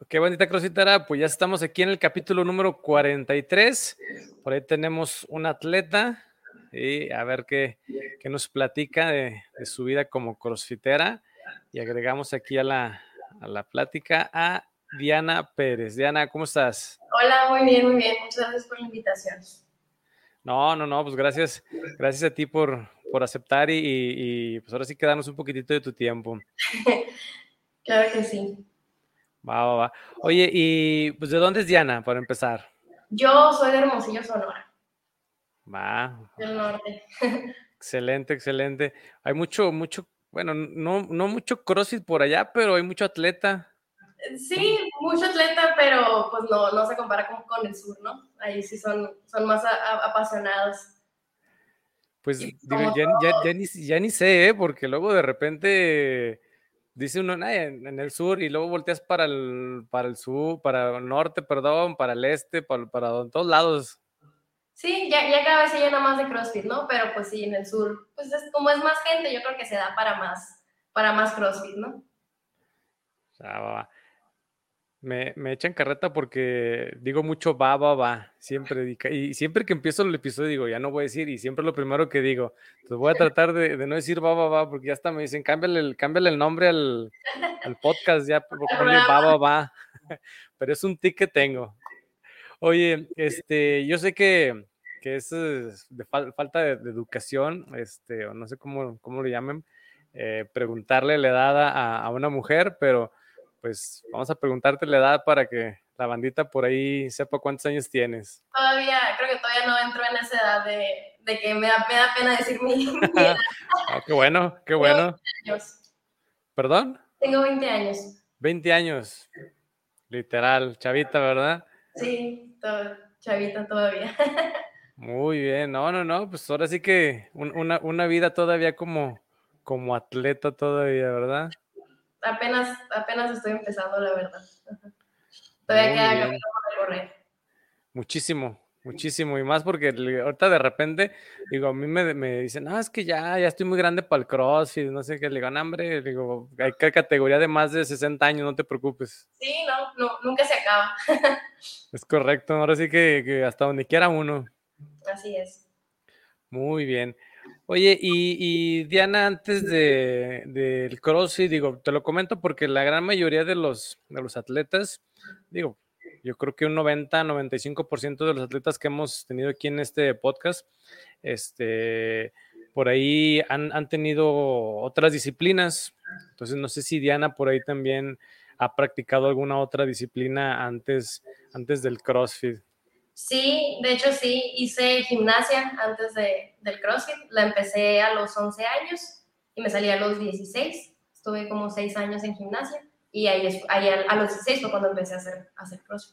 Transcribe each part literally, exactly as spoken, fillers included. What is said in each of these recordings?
Qué bonita CrossFitera, pues ya estamos aquí en el capítulo número cuarenta y tres. Por ahí tenemos un atleta y a ver qué, qué nos platica de, de su vida como CrossFitera. Y agregamos aquí a la, a la plática a Diana Pérez. Diana, ¿cómo estás? Hola, muy bien, muy bien. Muchas gracias por la invitación. No, no, no, pues gracias, gracias a ti por, por aceptar y, y, y, pues ahora sí que darnos un poquitito de tu tiempo. Claro que sí. Va, va, va. Oye, y pues ¿de dónde es Diana, para empezar? Yo soy de Hermosillo, Sonora, Va, del norte. excelente, excelente. Hay mucho, mucho, bueno, no, no mucho CrossFit por allá, pero hay mucho atleta. Sí, mucho atleta, pero pues no, no se compara como con el sur, ¿no? Ahí sí son, son más a, a, apasionados. Pues Y pues, digo, como ya, ya, ya, todo, ni, ya ni sé, ¿eh? Porque luego de repente dice uno, "Nah, en, en el sur", y luego volteas para el, para el sur, para el norte, perdón, para el este, para, para todos lados. sí, ya, ya cada vez se llena más de CrossFit, ¿no? Pero pues sí, en el sur, pues es, como es más gente, yo creo que se da para más, para más CrossFit, ¿no? O sea, va, va. Me, me echan carreta porque digo mucho va, va, va, siempre, di- y siempre que empiezo el episodio digo, ya no voy a decir, y siempre es lo primero que digo, entonces voy a tratar de, de no decir va, va, va, porque ya hasta me dicen, cámbiale el, cámbiale el nombre al, al podcast, ya p- El ponle va, programa, va, va, pero es un tic que tengo. Oye, este, yo sé que, que es eh, de fal- falta de, de educación, este, o no sé cómo, cómo lo llamen, eh, preguntarle la edad a, a una mujer, pero pues vamos a preguntarte la edad para que la bandita por ahí sepa cuántos años tienes. todavía, creo que todavía no entro en esa edad de, de que me da, me da pena decir mi, mi edad. Oh, qué bueno, qué Tengo bueno. veinte años. ¿Perdón? Tengo veinte años. Veinte años, literal, chavita, ¿verdad? Sí, todo, chavita todavía. Muy bien, no, no, no, pues ahora sí que un- una, una vida todavía como, como atleta todavía, ¿verdad? apenas, apenas estoy empezando, la verdad. Todavía Muy queda camino bien. por recorrer. Muchísimo, muchísimo. Y más porque le- ahorita de repente, digo, a mí me, me dicen, ah, es que ya, ya estoy muy grande para el CrossFit, no sé qué. Le digo, "No, hombre", digo, hay ca- categoría de más de sesenta años, no te preocupes. Sí, no, no, nunca se acaba. Es correcto, ahora sí que, que hasta donde quiera uno. Así es. Muy bien. Oye, y, y Diana, antes de, del CrossFit, digo, te lo comento porque la gran mayoría de los, de los atletas, digo, yo creo que un noventa, noventa y cinco por ciento de los atletas que hemos tenido aquí en este podcast, este, por ahí han, han tenido otras disciplinas. Entonces, no sé si Diana por ahí también ha practicado alguna otra disciplina antes, antes del CrossFit. Sí, de hecho sí, hice gimnasia antes de, del CrossFit. La empecé a los once años y me salí a los dieciséis. Estuve como seis años en gimnasia y ahí, es- ahí a, a los dieciséis fue cuando empecé a hacer, a hacer CrossFit.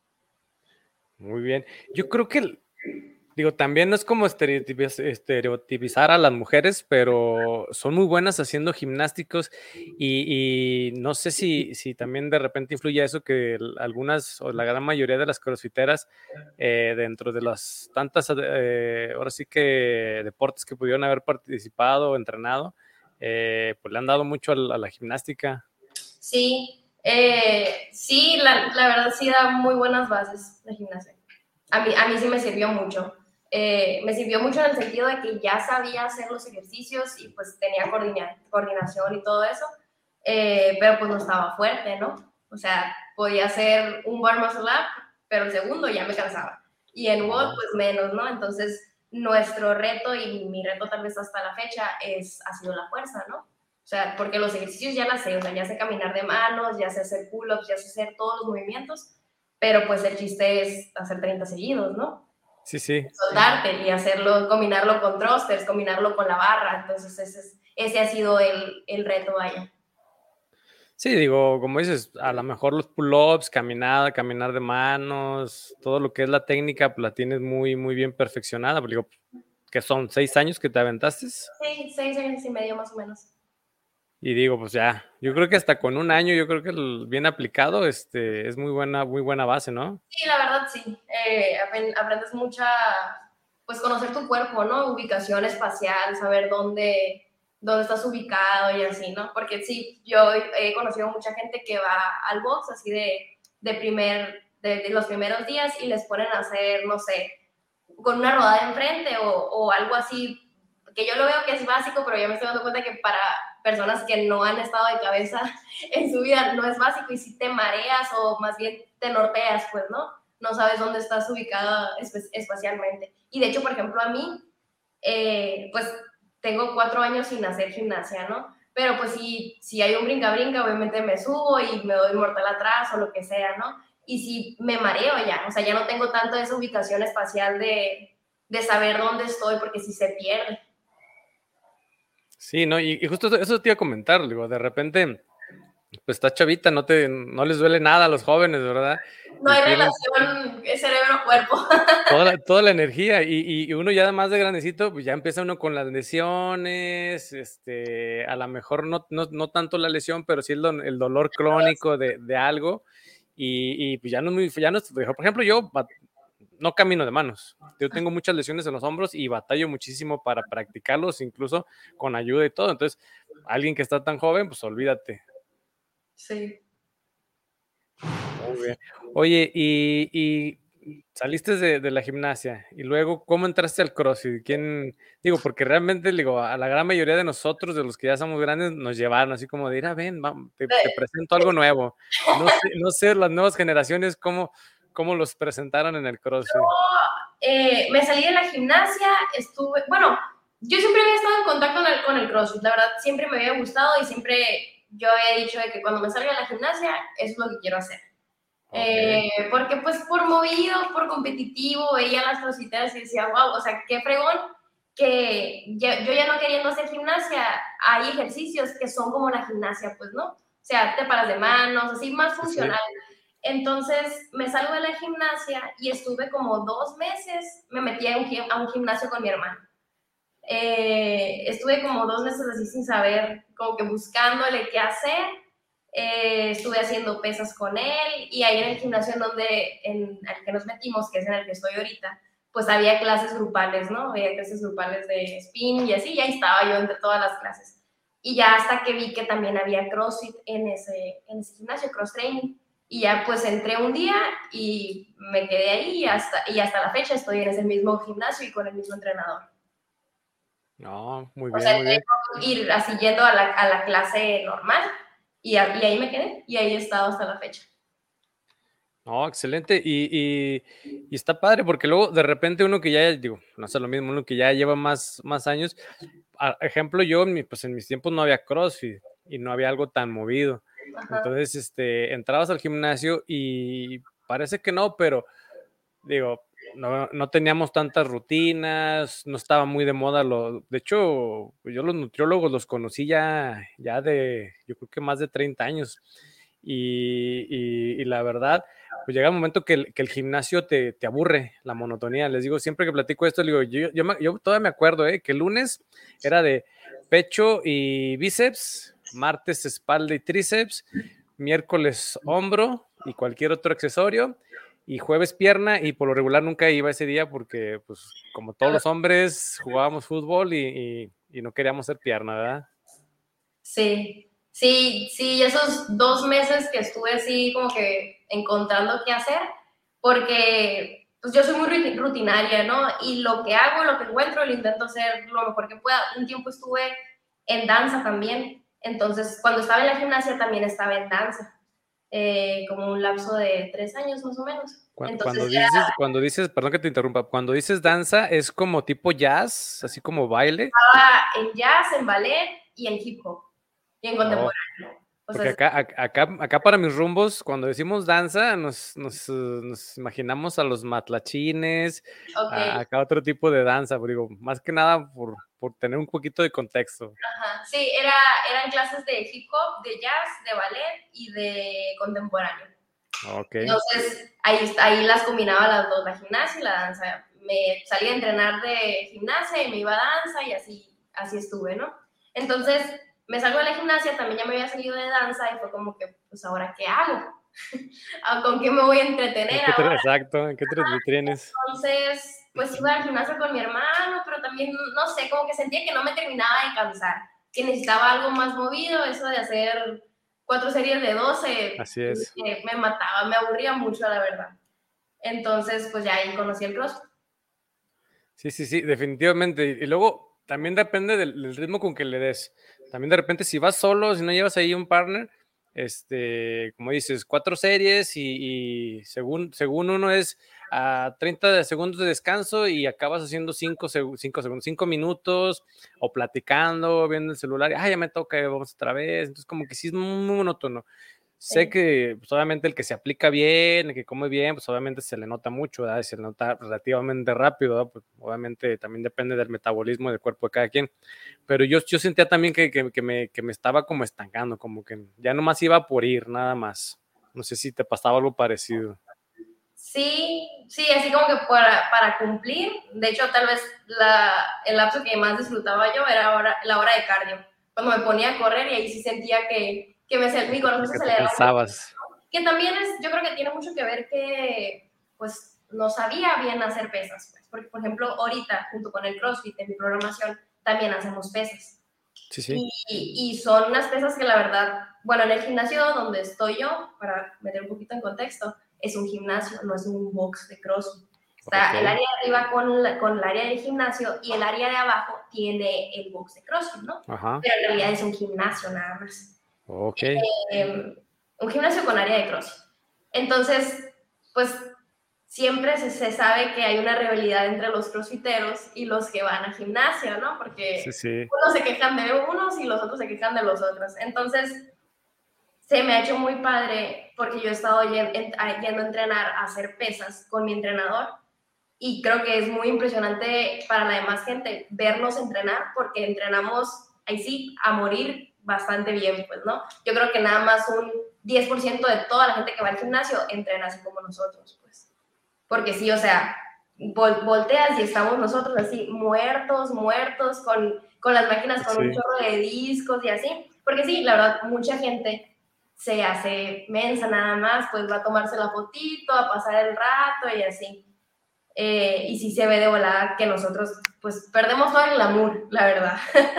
Muy bien. Yo creo que digo, también no es como estereotipis- estereotipizar a las mujeres, pero son muy buenas haciendo gimnásticos y, y no sé si, si también de repente influye eso que el- algunas o la gran mayoría de las crossfiteras eh, dentro de las tantas, eh, ahora sí que deportes que pudieron haber participado o entrenado, eh, pues le han dado mucho a la, a la gimnástica. Sí, eh, sí, la, la, verdad sí da muy buenas bases de gimnasia. A mí, a mí sí me sirvió mucho. Eh, me sirvió mucho en el sentido de que ya sabía hacer los ejercicios y pues tenía coordina, coordinación y todo eso, eh, pero pues no estaba fuerte, ¿no? O sea, podía hacer un bar muscle up, pero el segundo ya me cansaba. Y en W O D Oh. pues menos, ¿no? Entonces nuestro reto y mi reto tal vez hasta la fecha es, ha sido la fuerza, ¿no? O sea, porque los ejercicios ya las sé, o sea, ya sé caminar de manos, ya sé hacer pull-ups, ya sé hacer todos los movimientos, pero pues el chiste es hacer treinta seguidos, ¿no? Sí, sí. Soltarte y hacerlo, combinarlo con thrusters, combinarlo con la barra, entonces ese, es, ese ha sido el, el reto, vaya. Sí, digo, como dices, a lo mejor los pull-ups, caminada, caminar de manos, todo lo que es la técnica, pues la tienes muy, muy bien perfeccionada. Pues digo, que son seis años que te aventaste. Sí, seis años y medio más o menos. Y digo, pues ya, yo creo que hasta con un año, yo creo que el bien aplicado, este, es muy buena, muy buena base, ¿no? Sí, la verdad sí. Eh, aprendes mucha, pues conocer tu cuerpo, ¿no? Ubicación espacial, saber dónde, dónde estás ubicado y así, ¿no? Porque sí, yo he conocido mucha gente que va al box así de, de, primer, de, de los primeros días y les ponen a hacer, no sé, con una rodada enfrente o, o algo así, que yo lo veo que es básico, pero ya me estoy dando cuenta que para personas que no han estado de cabeza en su vida no es básico y si te mareas o más bien te norteas, pues, ¿no? No sabes dónde estás ubicada espacialmente. Y de hecho, por ejemplo, a mí, eh, pues tengo cuatro años sin hacer gimnasia, ¿no? Pero pues si, si hay un brinca-brinca, obviamente me subo y me doy mortal atrás o lo que sea, ¿no? Y si me mareo ya, o sea, ya no tengo tanto esa ubicación espacial de, de saber dónde estoy porque si se pierde. Sí, no, y, y justo eso te iba a comentar, digo, de repente, pues estás chavita, no te, no les duele nada a los jóvenes, ¿verdad? No Y hay tienen relación cerebro-cuerpo. toda la, toda la energía, y, y uno ya más de grandecito, pues ya empieza uno con las lesiones, este, a lo mejor no, no, no tanto la lesión, pero sí el, do- el dolor crónico de, de algo, y, y pues ya no, es muy- ya no, es- por ejemplo, yo ba- no camino de manos, yo tengo muchas lesiones en los hombros y batallo muchísimo para practicarlos, incluso con ayuda y todo, entonces, alguien que está tan joven, pues olvídate. Sí. Muy bien. Oye, y, y saliste de, de la gimnasia y luego, ¿cómo entraste al CrossFit? ¿Quién? Digo, porque realmente, digo, a la gran mayoría de nosotros, de los que ya somos grandes, nos llevaron así como de ir a ven, vamos, te, te presento algo nuevo. No sé, no sé las nuevas generaciones cómo, cómo los presentaron en el CrossFit. Eh, me salí de la gimnasia, estuve, bueno, yo siempre había estado en contacto con el, con el CrossFit, la verdad, siempre me había gustado y siempre yo había dicho de que cuando me salga de la gimnasia, eso es lo que quiero hacer. Okay. Eh, porque pues por movido, por competitivo, veía las crossfiteras y decía, wow, o sea, qué fregón que ya, yo ya no queriendo hacer gimnasia, hay ejercicios que son como la gimnasia, pues, ¿no? O sea, te paras de manos, así más Sí, sí. funcional. Entonces me salgo de la gimnasia y estuve como dos meses, me metí a un, a un gimnasio con mi hermano. Eh, estuve como dos meses así sin saber, como que buscándole qué hacer. Eh, estuve haciendo pesas con él y ahí en el gimnasio en donde, en el que nos metimos, que es en el que estoy ahorita, pues había clases grupales, ¿no? Había clases grupales de spin y así, y ahí estaba yo entre todas las clases. Y ya hasta que vi que también había CrossFit en ese, en ese gimnasio, cross training. Y ya pues entré un día y me quedé ahí y hasta, y hasta la fecha estoy en ese mismo gimnasio y con el mismo entrenador. No, muy O sea, bien, muy bien. ir así yendo a la, a la clase normal y, a, y ahí me quedé y ahí he estado hasta la fecha. No, excelente. Y, y, y está padre porque luego de repente uno que ya, digo, no es lo mismo, uno que ya lleva más, más años. A, ejemplo, yo en, mi, pues en mis tiempos no había CrossFit y no había algo tan movido. Ajá. Entonces, este, entrabas al gimnasio y parece que no, pero digo, no, no teníamos tantas rutinas, no estaba muy de moda. Lo, de hecho, yo los nutriólogos los conocí ya, ya de, yo creo que más de treinta años. Y, y, y la verdad, pues llega un momento que el, que el gimnasio te, te, aburre, la monotonía. Les digo, siempre que platico esto, les digo, yo, yo, yo todavía me acuerdo ¿eh? que el lunes era de pecho y bíceps, martes espalda y tríceps, miércoles hombro y cualquier otro accesorio, y jueves pierna, y por lo regular nunca iba ese día porque, pues, como todos los hombres, jugábamos fútbol y, y, y no queríamos ser pierna, ¿verdad? Sí, sí, sí, esos dos meses que estuve así como que encontrando qué hacer, porque pues yo soy muy rutinaria, ¿no? Y lo que hago, lo que encuentro, lo intento hacer lo mejor que pueda. Un tiempo estuve en danza también, entonces cuando estaba en la gimnasia también estaba en danza, eh, como un lapso de tres años más o menos. Cuando, Entonces cuando dices, cuando dices, perdón que te interrumpa, cuando dices danza, ¿es como tipo jazz, así como baile? estaba en jazz, en ballet y en hip hop y en Oh. contemporáneo. O Porque sea, acá, acá, acá para mis rumbos, cuando decimos danza, nos, nos, nos imaginamos a los matlachines, okay. a, acá otro tipo de danza, digo, más que nada por, por tener un poquito de contexto. Ajá. Sí, era, eran clases de hip hop, de jazz, de ballet y de contemporáneo. Ok. Entonces, ahí, ahí las combinaba las dos, la gimnasia y la danza. Me salía a entrenar de gimnasia y me iba a danza y así, así estuve, ¿no? Entonces, me salgo de la gimnasia, también ya me había salido de danza y fue como que, pues, ¿ahora qué hago? ¿Con qué me voy a entretener ¿En qué ahora? exacto, ¿en qué te entretenes? Entonces, pues iba al gimnasio con mi hermano, pero también, no sé, como que sentía que no me terminaba de cansar, que necesitaba algo más movido, eso de hacer cuatro series de doce, Así es. me, me mataba, me aburría mucho, la verdad. Entonces, pues ya ahí conocí el CrossFit. Sí, sí, sí, definitivamente. Y luego también depende del, del ritmo con que le des. También de repente si vas solo, si no llevas ahí un partner, este, como dices, cuatro series y, y según, según uno es a treinta segundos de descanso y acabas haciendo cinco segundos, cinco minutos o platicando, viendo el celular, y, ah, ya me toca, vamos otra vez. Entonces como que sí es muy monótono. Sé Sí. que pues, obviamente el que se aplica bien, el que come bien, pues obviamente se le nota mucho, ¿verdad? Se le nota relativamente rápido, ¿verdad? Pues, obviamente también depende del metabolismo del cuerpo de cada quien. Pero yo, yo sentía también que, que, que, me, que me estaba como estancando, como que ya nomás iba por ir, nada más. No sé si te pasaba algo parecido. Sí, sí, así como que para, para cumplir. De hecho, tal vez la, el lapso que más disfrutaba yo era hora, la hora de cardio. Cuando me ponía a correr y ahí sí sentía que, que me, mi corazón se Que te aceleraba mucho. cansabas. Que también es, yo creo que tiene mucho que ver que, pues, no sabía bien hacer pesas. Pues, porque, por ejemplo, ahorita, junto con el CrossFit en mi programación, también hacemos pesas. Sí, sí. Y, y son unas pesas que la verdad, bueno, en el gimnasio donde estoy yo, para meter un poquito en contexto, es un gimnasio, no es un box de CrossFit. Está Ok. el área de arriba con, la, con el área del gimnasio y el área de abajo tiene el box de CrossFit, ¿no? Ajá. Pero en realidad es un gimnasio nada más. Ok. Eh, un gimnasio con área de CrossFit. Entonces, pues siempre se, se, sabe que hay una rivalidad entre los crossfiteros y los que van al gimnasio, ¿no? Sí, Porque sí. unos se quejan de unos y los otros se quejan de los otros. Entonces, se me ha hecho muy padre porque yo he estado yendo, yendo a entrenar, a hacer pesas con mi entrenador y creo que es muy impresionante para la demás gente vernos entrenar porque entrenamos, ahí sí, a morir bastante bien, pues, ¿no? Yo creo que nada más un diez por ciento de toda la gente que va al gimnasio entrena así como nosotros, pues. Porque sí, o sea, vol volteas y estamos nosotros así, muertos, muertos, con, con las máquinas con Sí. un chorro de discos y así. Porque sí, la verdad, mucha gente se hace mensa nada más, pues va a tomarse la fotito, a pasar el rato y así. Eh, y sí se ve de volada que nosotros, pues, perdemos todo el glamour, la verdad.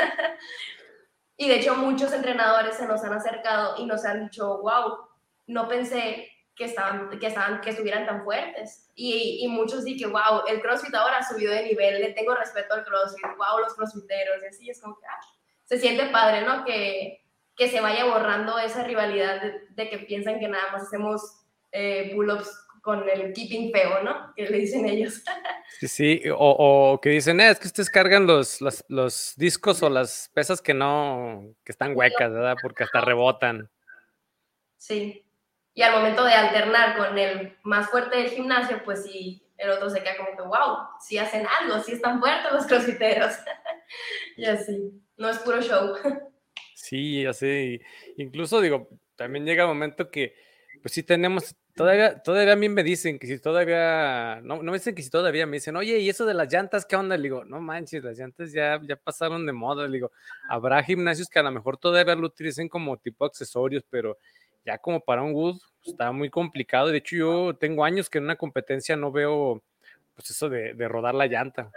Y de hecho, muchos entrenadores se nos han acercado y nos han dicho, wow, no pensé que, estaban, que, estaban, que estuvieran tan fuertes. Y, y muchos dicen que, wow, el CrossFit ahora subió de nivel, le tengo respeto al CrossFit, wow, los CrossFiteros, y así es como que ah, se siente padre, ¿no? Que, que se vaya borrando esa rivalidad de, de que piensan que nada más hacemos eh, pull-ups con el keeping feo, ¿no? Que le dicen ellos. Sí, sí, o, o que dicen, eh, es que ustedes cargan los, los, los discos o las pesas que no, que están huecas, ¿verdad? Porque hasta rebotan. Sí. Y al momento de alternar con el más fuerte del gimnasio, pues sí, el otro se queda como que, wow, sí hacen algo, sí están fuertes los crossfiteros. Y así, no es puro show. Sí, así, incluso digo, también llega el momento que, pues sí tenemos, todavía, todavía a mí me dicen que si todavía, no, no me dicen que si todavía, me dicen, oye, ¿y eso de las llantas qué onda? Le digo, no manches, las llantas ya, ya pasaron de moda. Le digo, habrá gimnasios que a lo mejor todavía lo utilicen como tipo accesorios, pero ya como para un Wood está muy complicado. De hecho, yo tengo años que en una competencia no veo, pues eso de, de rodar la llanta.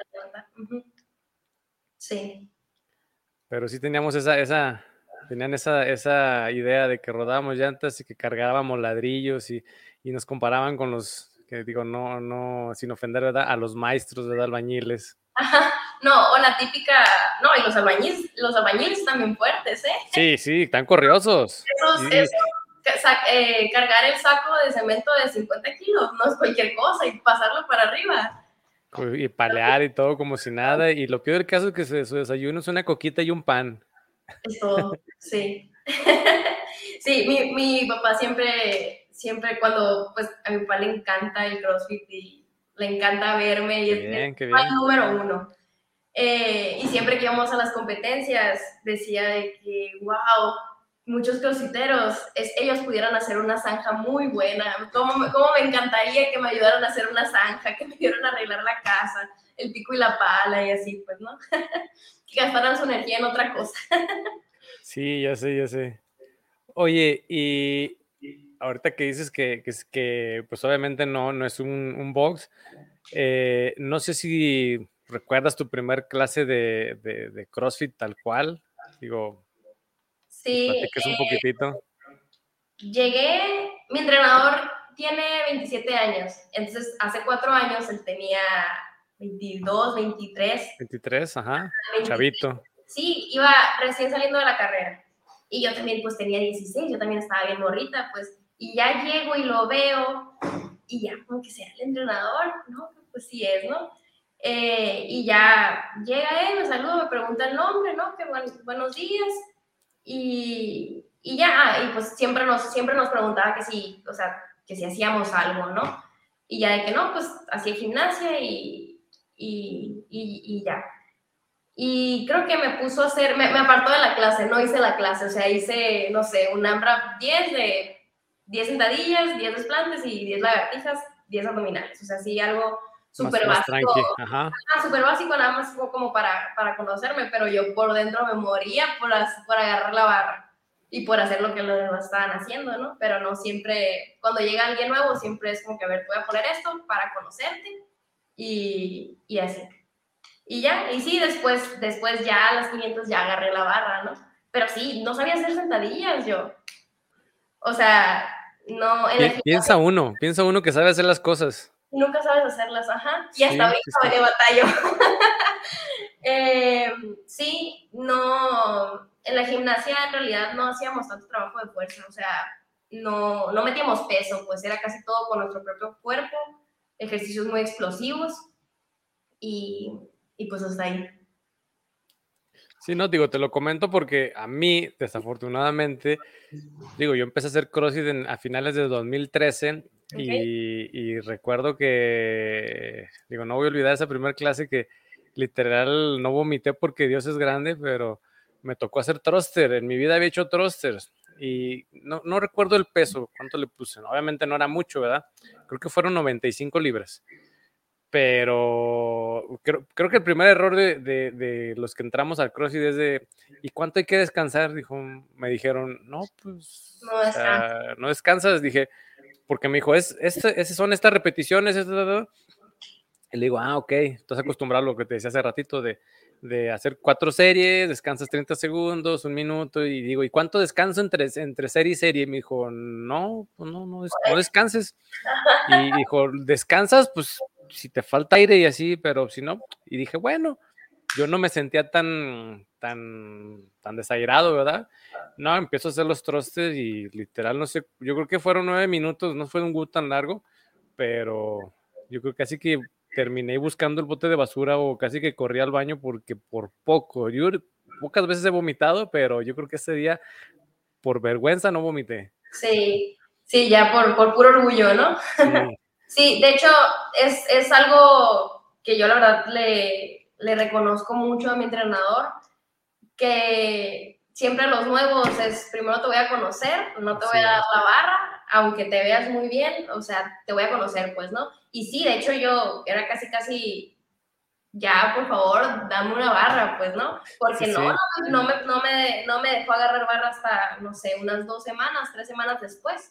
Sí. Pero sí teníamos esa, esa, tenían esa, esa idea de que rodábamos llantas y que cargábamos ladrillos y, y nos comparaban con los, que digo, no, no, sin ofender, ¿verdad? A los maestros, ¿verdad? Albañiles. Ajá. No, o la típica, no, y los albañiles, los albañiles también fuertes, ¿eh? Sí, sí, tan corriosos. Esos, Y, y, esos, eh, cargar el saco de cemento de cincuenta kilos, no es cualquier cosa, y pasarlo para arriba. y palear y todo como si nada. Y lo peor del caso es que su, su desayuno es una coquita y un pan. Es todo, sí. Sí, mi, mi papá siempre, siempre cuando, pues a mi papá le encanta el CrossFit y le encanta verme y Qué es, es bien, qué el bien. número uno. Eh, y siempre que íbamos a las competencias decía de que, wow, muchos crossfiteros, es, ellos pudieran hacer una zanja muy buena. ¿Cómo, me- ¿Cómo me encantaría que me ayudaran a hacer una zanja, que me ayudaran a arreglar la casa, el pico y la pala y así, pues, ¿no? Que gastaran su energía en otra cosa. Sí, ya sé, ya sé. Oye, y ahorita que dices que, que, es- que, pues obviamente no, no es un, un box, eh, no sé si recuerdas tu primer clase de, de, de CrossFit tal cual. Digo, nos Sí, platiques un poquitito. Llegué, mi entrenador tiene veintisiete años, entonces hace cuatro años él tenía veintidós, veintitrés. veintitrés, ajá, veintitrés. Chavito. Sí, iba recién saliendo de la carrera. Y yo también pues tenía dieciséis, yo también estaba bien morrita, pues. Y ya llego y lo veo, y ya como que sea el entrenador, ¿no? Pues sí es, ¿no? Eh, y ya llega él, me saluda, me pregunta el nombre, ¿no? Que buen, buenos días. Y, y ya, y pues siempre nos, siempre nos preguntaba que si, o sea, que si hacíamos algo, ¿no? Y ya de que no, pues hacía gimnasia y, y, y, y ya. Y creo que me puso a hacer, me, me apartó de la clase, no hice la clase, o sea, hice, no sé, un AMRAP diez de diez sentadillas, diez desplantes y diez lagartijas, diez abdominales, o sea, sí, algo súper básico, tranqui. Ajá. súper básico, nada más como para, para conocerme, pero yo por dentro me moría por, por agarrar la barra y por hacer lo que los demás estaban haciendo, ¿no? Pero no siempre, cuando llega alguien nuevo, siempre es como que, a ver, voy a poner esto para conocerte y, y así. Y ya, y sí, después, después ya a las quinientas ya agarré la barra, ¿no? Pero sí, no sabía hacer sentadillas yo. O sea, no... En la piensa uno, piensa uno que sabe hacer las cosas. Nunca sabes hacerlas, ajá. Y hasta ahorita sí, sí. batallo. eh, sí, no... En la gimnasia en realidad no hacíamos tanto trabajo de fuerza, o sea, no, no metíamos peso, pues era casi todo con nuestro propio cuerpo, ejercicios muy explosivos y... Y pues hasta ahí. Sí, no, digo, te lo comento porque a mí, desafortunadamente, digo, yo empecé a hacer CrossFit en, a finales de dos mil trece okay. y, y recuerdo que, digo, no voy a olvidar esa primera clase que literal no vomité porque Dios es grande, pero me tocó hacer thruster. En mi vida había hecho thrusters y no, no recuerdo el peso, cuánto le puse. Obviamente no era mucho, ¿verdad? Creo que fueron noventa y cinco libras. Pero creo, creo que el primer error de, de, de los que entramos al CrossFit es de, ¿y cuánto hay que descansar? Dijo, me dijeron, no, pues, no, o sea, no descansas. Dije, porque me dijo, es, es, es, son estas repeticiones. Esto, y le digo, ah, ok, estás acostumbrado a lo que te decía hace ratito de, de hacer cuatro series, descansas treinta segundos, un minuto, y digo, ¿y cuánto descanso entre, entre serie y serie? Y me dijo, no, no, no, no descanses. Y dijo, ¿descansas? Pues si te falta aire y así, pero si no, y dije, bueno, yo no me sentía tan, tan, tan desairado, ¿verdad? No, empiezo a hacer los thrusters y literal, no sé, yo creo que fueron nueve minutos, no fue un gut tan largo, pero yo creo que casi que terminé buscando el bote de basura o casi que corrí al baño porque por poco, yo pocas veces he vomitado, pero yo creo que ese día por vergüenza no vomité. Sí, sí, ya por, por puro orgullo, ¿no? Sí. Sí, de hecho, es, es algo que yo la verdad le, le reconozco mucho a mi entrenador, que siempre los nuevos es, primero te voy a conocer, no te voy a dar la barra, aunque te veas muy bien, o sea, te voy a conocer, pues, ¿no? Y sí, de hecho yo era casi, casi, ya, por favor, dame una barra, pues, ¿no? Porque sí, no, sí. No, no, me, no, me, no me dejó agarrar barra hasta, no sé, unas dos semanas, tres semanas después.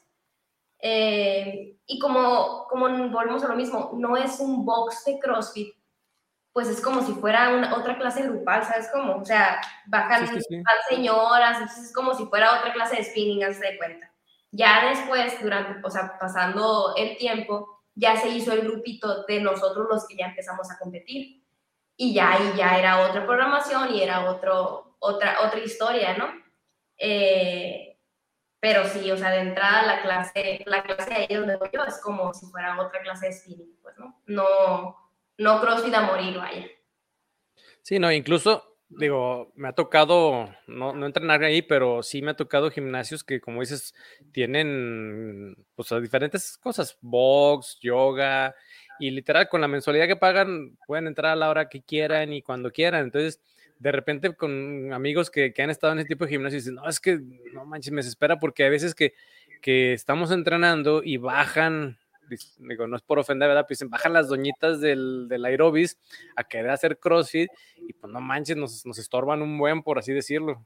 Eh, y como, como volvemos a lo mismo, no es un box de CrossFit, pues es como si fuera una, otra clase grupal, ¿sabes cómo? O sea, bajan, sí, sí, sí. bajan señoras, entonces es como si fuera otra clase de spinning, hazte de cuenta. Ya después, durante, o sea, pasando el tiempo, ya se hizo el grupito de nosotros los que ya empezamos a competir. Y ya ahí ya era otra programación y era otro, otra, otra historia, ¿no? Eh, pero sí, o sea, de entrada la clase, la clase ahí donde voy yo es como si fuera otra clase de spinning, pues, ¿no? No, no CrossFit a morir, vaya. Sí, no, incluso, digo, me ha tocado, no, no entrenar ahí, pero sí me ha tocado gimnasios que, como dices, tienen, pues, diferentes cosas, box, yoga, y literal, con la mensualidad que pagan, pueden entrar a la hora que quieran y cuando quieran. Entonces, de repente, con amigos que, que han estado en ese tipo de gimnasios, dicen, no, es que, no manches, me desespera porque a veces que, que estamos entrenando y bajan, digo, no es por ofender, ¿verdad? Pues bajan las doñitas del, del aerobis a querer hacer CrossFit y pues no manches, nos, nos estorban un buen, por así decirlo.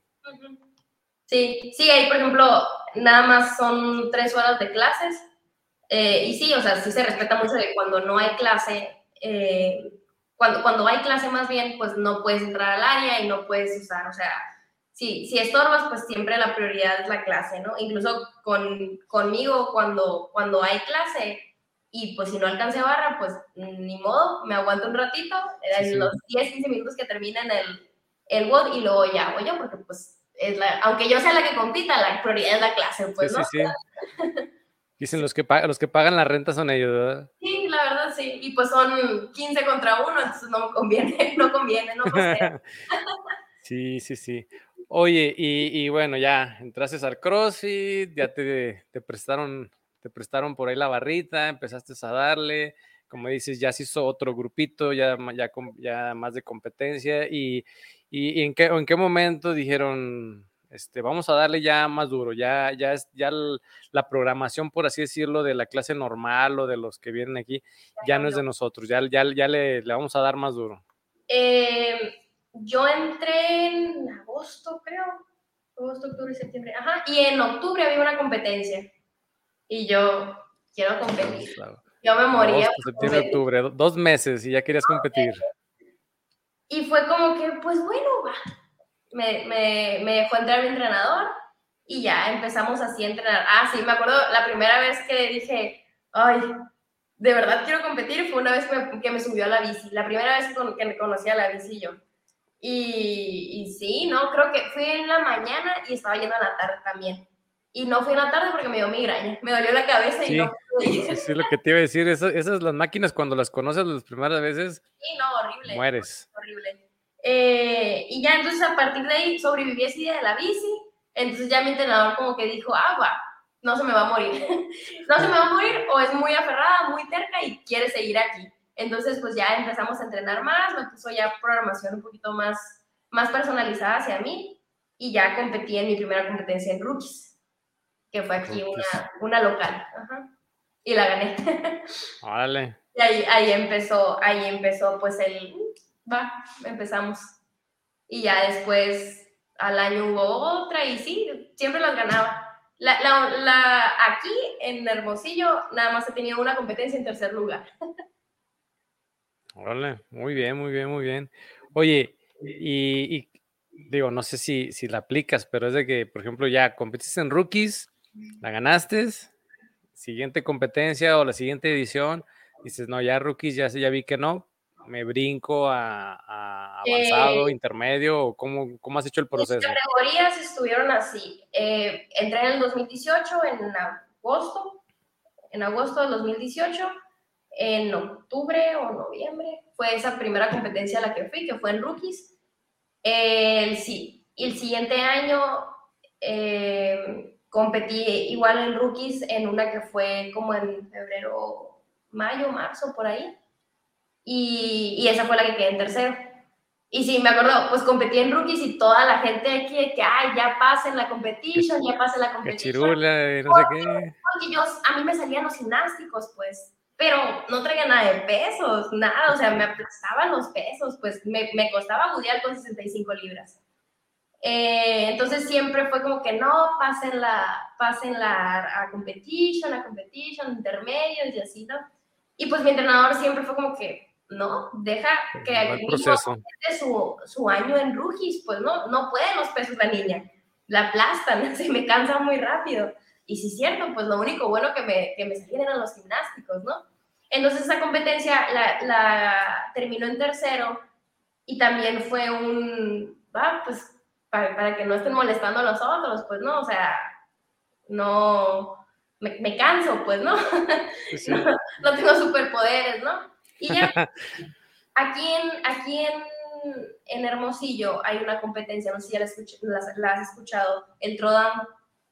Sí, sí, ahí por ejemplo, nada más son tres horas de clases eh, y sí, o sea, sí se respeta mucho de cuando no hay clase, eh, cuando, cuando hay clase más bien, pues no puedes entrar al área y no puedes usar, o sea, si, si estorbas, pues siempre la prioridad es la clase, ¿no? Incluso con, conmigo, cuando, cuando hay clase, y pues si no alcancé barra, pues ni modo, me aguanto un ratito, Sí, en sí. los diez, quince minutos que terminen el, el W O D, y luego ya hago yo, porque pues, es la, aunque yo sea la que compita, la prioridad es la clase, pues, Sí, ¿no? sí, sí. Dicen Sí. los que, pa- los que pagan la renta son ellos, ¿verdad? Sí, la verdad sí. Y pues son quince contra uno, entonces no me conviene, no conviene, no costea. Sí, sí, sí. Oye, y, y bueno, ya entraste al CrossFit, ya te, te prestaron, te prestaron por ahí la barrita, empezaste a darle, como dices, ya se hizo otro grupito, ya, ma- ya, com- ya más de competencia, y, y, y en qué, en qué momento dijeron, este, vamos a darle ya más duro, ya, ya es, ya el- la programación, por así decirlo, de la clase normal o de los que vienen aquí, Ya ya no es cambió. de nosotros, ya, ya, ya le, le vamos a dar más duro. Eh, yo entré en agosto, creo. Agosto, octubre, septiembre. Ajá. Y en octubre había una competencia. Y yo quiero competir. Agosto, Yo me moría agosto, por septiembre, competir. octubre, do- dos meses y ya querías competir. Y fue como que, pues bueno, va. Me, me, me dejó entrar mi entrenador y ya empezamos así a entrenar. Ah, sí, me acuerdo la primera vez que dije, ay, de verdad quiero competir, fue una vez que me, que me subió a la bici. La primera vez que me conocí a la bici yo. Y, y sí, no, creo que fui en la mañana y estaba yendo en la tarde también. Y no fui en la tarde porque me dio migraña, me dolió la cabeza y no Sí, pude ir. sí, sí, lo que te iba a decir, eso- esas las máquinas cuando las conoces las primeras veces, Sí, no, horrible, mueres. horrible. Eh, y ya entonces a partir de ahí sobreviví ese día de la bici, entonces ya mi entrenador como que dijo, ah, va, no se me va a morir, no se me va a morir o es muy aferrada, muy terca y quiere seguir aquí. Entonces pues ya empezamos a entrenar más, me puso ya programación un poquito más, más personalizada hacia mí y ya competí en mi primera competencia en rookies, que fue aquí Rookies. una, una local. Ajá. Y la gané. Órale. Y ahí, ahí empezó, ahí empezó pues el, va, empezamos. Y ya después al año hubo otra y sí, siempre las ganaba. La, la, la, aquí en Hermosillo nada más he tenido una competencia en tercer lugar. Órale, muy bien, muy bien, muy bien. Oye, y, y digo, no sé si, si la aplicas, pero es de que, por ejemplo, ya competiste en rookies, la ganaste, siguiente competencia o la siguiente edición, dices, no, ya rookies, ya, ya vi que no, me brinco a, a avanzado, Eh, intermedio, o cómo, cómo has hecho el mis proceso. categorías estuvieron así. Eh, entré en el dos mil dieciocho, en agosto, en agosto del dos mil dieciocho, en octubre o noviembre, fue esa primera competencia a la que fui, que fue en rookies. El, sí, el siguiente año eh, competí igual en rookies en una que fue como en febrero, mayo, marzo, por ahí. Y, y esa fue la que quedé en tercero. Y sí, me acuerdo, pues competí en rookies y toda la gente aquí de que, ay, ya pasen la Que, competition, ya pasen la que competition. chirula, y no sé qué. Porque yo, a mí me salían los gimnásticos, pues, pero no traía nada de pesos, nada, o sea, me aplastaban los pesos, pues me, me costaba budear con sesenta y cinco libras. Eh, entonces siempre fue como que no, pasen la, pasen la a competition, a competition, intermedios y así, ¿no? Y pues mi entrenador siempre fue como que, no, deja que Va el mínimo proceso. su, su año en rookies, pues no, no pueden los pesos la niña, la aplastan, se me cansa muy rápido. Y sí es cierto, pues lo único bueno que me, que me salían eran los gimnásticos, ¿no? Entonces esa competencia la, la terminó en tercero y también fue un, va, pues para, para que no estén molestando a los otros, pues no, o sea, no, me, me canso, pues no, Sí, no, sí. no tengo superpoderes, ¿no? Y ya, aquí en, aquí en, en Hermosillo hay una competencia, no sé si ya la, escuch, la, la has escuchado, el Throwdown.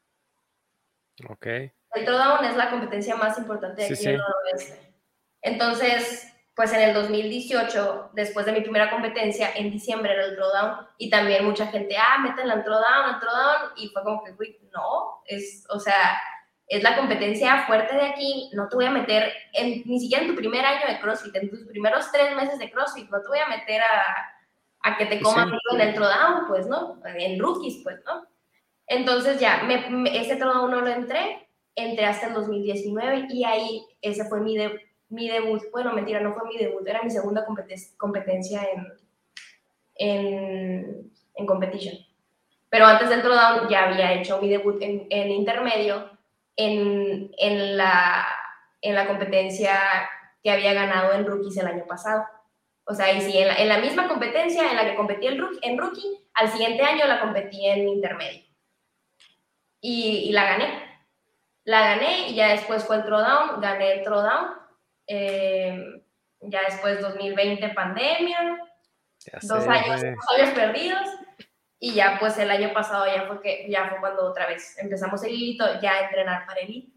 Ok. El Throwdown es la competencia más importante de Sí, aquí del sí. noroeste. Entonces, pues en el dos mil dieciocho, después de mi primera competencia, en diciembre era el Throwdown, y también mucha gente, ah, métanla en Throwdown, en Throwdown, y fue como que, uy, no, es, o sea, es la competencia fuerte de aquí, no te voy a meter, en, ni siquiera en tu primer año de CrossFit, en tus primeros tres meses de CrossFit, no te voy a meter a, a que te Sí, coman sí. en el Throwdown, pues, ¿no? En rookies, pues, ¿no? Entonces ya, me, me, ese Throwdown no lo entré, entré hasta el dos mil diecinueve y ahí ese fue mi, de, mi debut. Bueno, mentira, no fue mi debut, era mi segunda competen competencia en, en, en competition. Pero antes del Throwdown ya había hecho mi debut en, en intermedio en, en, la, en la competencia que había ganado en Rookies el año pasado. O sea, y sí, en la, en la misma competencia en la que competí el rookie, en Rookie, al siguiente año la competí en intermedio. Y, y la gané. La gané y ya después fue el Throwdown, gané el Throwdown. Eh, ya después dos mil veinte pandemia, Ya dos sé, años, ya sé. dos años perdidos. Y ya pues el año pasado ya fue, que, ya fue cuando otra vez empezamos el hilito ya a entrenar para el hito.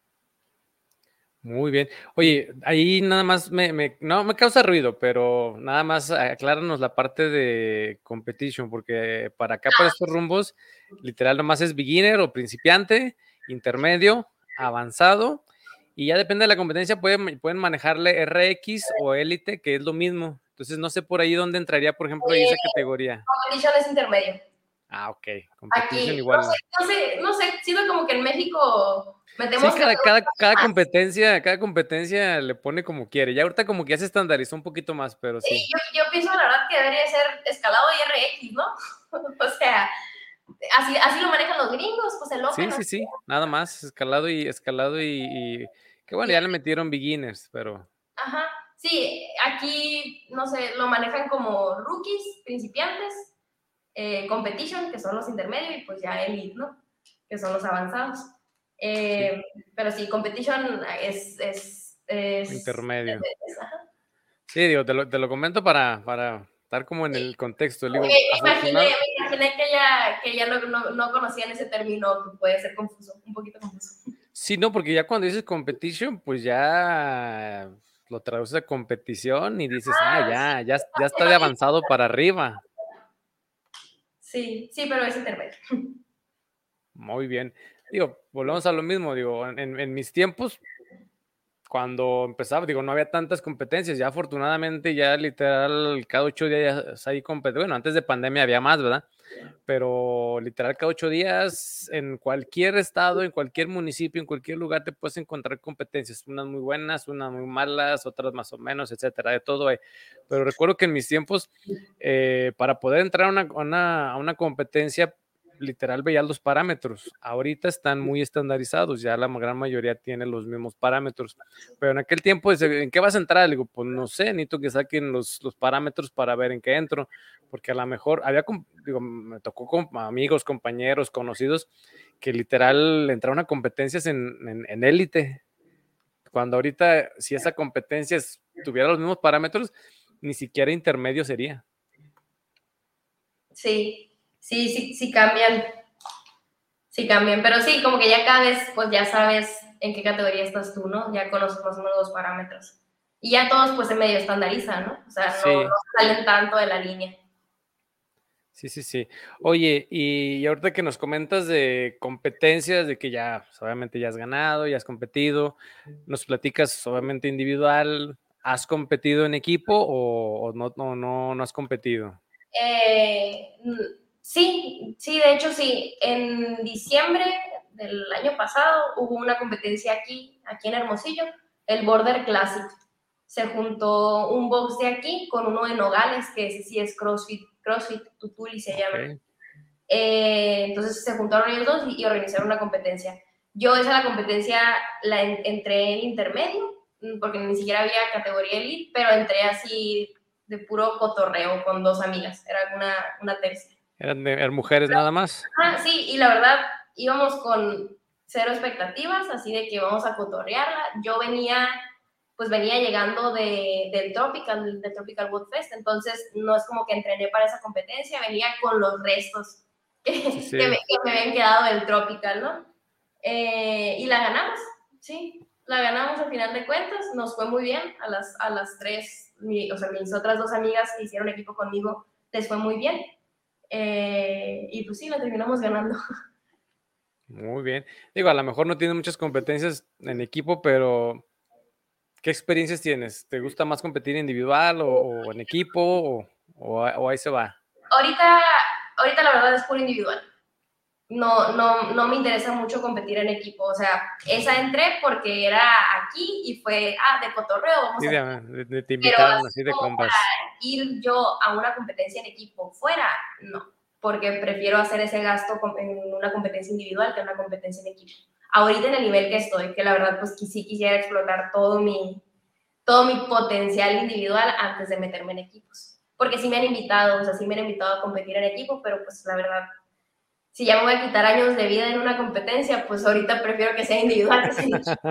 Muy bien. Oye, ahí nada más me, me, no me causa ruido, pero nada más acláranos la parte de competition, porque para acá, para estos rumbos, literal nomás es beginner o principiante, intermedio, avanzado, y ya depende de la competencia, pueden, pueden manejarle R X o élite, que es lo mismo. Entonces no sé por ahí dónde entraría, por ejemplo, ahí Eh, esa categoría. competition es intermedio. Ah, ok. Competition Aquí, igual. no sé, no sé, no sé, siento como que en México Sí, metemos cada, cada, cada más. competencia, cada competencia le pone como quiere. Ya ahorita como que ya se estandarizó un poquito más, pero sí. Yo, yo pienso la verdad que debería ser escalado y R X, ¿no? O sea, así, así lo manejan los gringos, pues el Sí, Open. sí, sí, nada más, escalado y escalado y, y que bueno, Y, ya le metieron beginners, pero ajá, sí, aquí, no sé, lo manejan como rookies, principiantes, eh, competition, que son los intermedios, y pues ya elite, ¿no? Que son los avanzados. sí, Eh, pero sí, competition es... es, es, intermedio. es ajá. Sí, digo, te lo, te lo comento para, para estar como en el contexto. Okay, Digo, me imaginé, afortunado. me imaginé que ya, que ya no, no, no conocían ese término, que puede ser confuso, un poquito confuso. Sí, no, porque ya cuando dices competition, pues ya lo traduces a competición y dices, ah, Ah, ya, ya, sí, ya está de avanzado para arriba. sí, sí, pero es intermedio. Muy bien. Digo, volvemos a lo mismo, digo, en, en mis tiempos, cuando empezaba, digo, no había tantas competencias, ya afortunadamente ya literal cada ocho días hay competencias, bueno, antes de pandemia había más, ¿verdad? Pero literal cada ocho días en cualquier estado, en cualquier municipio, en cualquier lugar te puedes encontrar competencias, unas muy buenas, unas muy malas, otras más o menos, etcétera, de todo hay. Pero recuerdo que en mis tiempos, eh, para poder entrar a una, a una, a una competencia, literal veía los parámetros. Ahorita están muy estandarizados, ya la gran mayoría tiene los mismos parámetros. Pero en aquel tiempo, ¿en qué vas a entrar? Le digo, pues no sé, necesito que saquen los, los parámetros para ver en qué entro, porque a lo mejor había, digo, me tocó con amigos, compañeros, conocidos, que literal entraron a competencias en, en élite, cuando ahorita, si esa competencia tuviera los mismos parámetros, ni siquiera intermedio sería. Sí, sí, sí, sí cambian. Sí cambian, pero sí, como que ya cada vez, pues ya sabes en qué categoría estás tú, ¿no? Ya conoces más o menos los parámetros. Y ya todos, pues, se medio estandarizan, ¿no? O sea, no, no Sí, salen tanto de la línea. sí, sí, sí. Oye, y, y ahorita que nos comentas de competencias, de que ya, pues, obviamente ya has ganado, ya has competido, nos platicas obviamente individual, ¿has competido en equipo o, o no, no, no, no has competido? Eh, sí, sí, de hecho sí. En diciembre del año pasado hubo una competencia aquí, aquí en Hermosillo, el Border Classic. Se juntó un box de aquí con uno de Nogales, que ese sí es CrossFit, CrossFit Tutuli se llama. Okay. Eh, entonces se juntaron ellos dos y, y organizaron una competencia. Yo esa la competencia la en, entré en intermedio, porque ni siquiera había categoría elite, pero entré así de puro cotorreo con dos amigas, era una, una tercia. ¿Eran, de, eran mujeres nada más? Ah, sí, y la verdad íbamos con cero expectativas, así de que vamos a cotorrearla. Yo venía, pues venía llegando de, del Tropical, del Tropical Wood Fest, entonces no es como que entrené para esa competencia, venía con los restos que, Sí, sí. que, me, que me habían quedado del Tropical, ¿no? Eh, y la ganamos, sí, la ganamos al final de cuentas, nos fue muy bien a las, a las tres, mi, o sea, mis otras dos amigas que hicieron equipo conmigo, les fue muy bien. Eh, y pues sí, la terminamos ganando. Muy bien. Digo, a lo mejor no tienes muchas competencias en equipo, pero ¿qué experiencias tienes? ¿Te gusta más competir individual o, o en equipo o, o, o ahí se va? Ahorita, ahorita la verdad es puro individual. No, no, no me interesa mucho competir en equipo. O sea, esa entré porque era aquí y fue, ah, de cotorreo, vamos Sí, a ir. de, te Pero invitaron así así de como para compas. ir yo a una competencia en equipo fuera, no. porque prefiero hacer ese gasto en una competencia individual que en una competencia en equipo. Ahorita en el nivel que estoy, que la verdad pues sí quisiera explotar todo mi, todo mi potencial individual antes de meterme en equipos. Porque sí me han invitado, o sea, sí me han invitado a competir en equipo, pero pues la verdad, si ya me voy a quitar años de vida en una competencia, pues ahorita prefiero que sea individual que sea en equipo.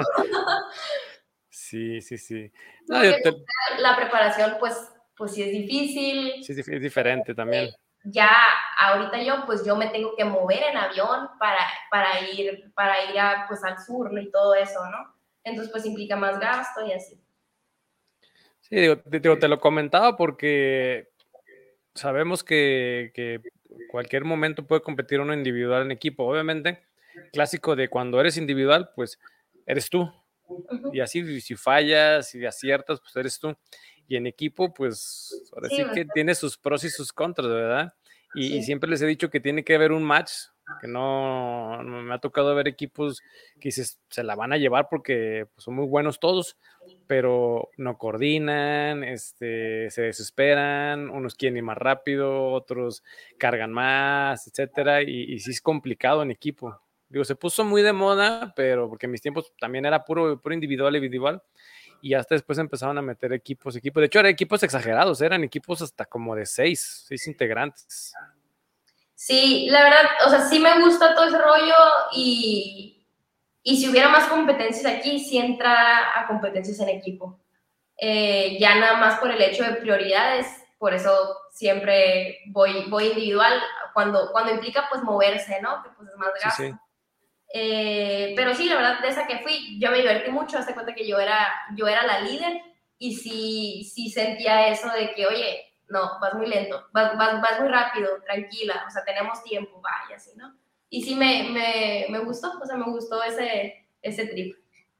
Sí, sí, sí. No, Porque yo te... la preparación, pues, pues sí es difícil. Sí, es diferente también. Ya ahorita yo, pues yo me tengo que mover en avión para, para ir, para ir a, pues, al sur, ¿no? Y todo eso, ¿no? Entonces, pues implica más gasto y así. Sí, digo, te, digo, te lo comentaba porque sabemos que, que cualquier momento puede competir uno individual en equipo. Obviamente, clásico de cuando eres individual, pues eres tú. Uh-huh. Y así, si fallas y aciertas, pues eres tú. Y en equipo, pues ahora sí, sí que tiene sus pros y sus contras, ¿verdad? Y, sí. y siempre les he dicho que tiene que haber un match, que no, no me ha tocado ver equipos que dices, se la van a llevar porque pues, son muy buenos todos, pero no coordinan, este, se desesperan, unos quieren ir más rápido, otros cargan más, etcétera, y, y sí es complicado en equipo. Digo, se puso muy de moda, pero porque en mis tiempos también era puro, puro individual, individual, y hasta después empezaron a meter equipos, equipos. De hecho, eran equipos exagerados, eran equipos hasta como de seis, seis integrantes. Sí, la verdad, o sea, sí me gusta todo ese rollo y, y si hubiera más competencias aquí, sí entra a competencias en equipo. Eh, ya nada más por el hecho de prioridades, por eso siempre voy, voy individual, cuando, cuando implica pues moverse, ¿no? Que pues es más gasto. Sí, sí. Eh, pero sí, la verdad, de esa que fui, yo me divertí mucho, hazte cuenta que yo era, yo era la líder y sí, sí sentía eso de que, oye, no, vas muy lento, vas, vas, vas muy rápido, tranquila, o sea, tenemos tiempo, vaya, así, ¿no? Y sí me, me, me gustó, o sea, me gustó ese, ese trip.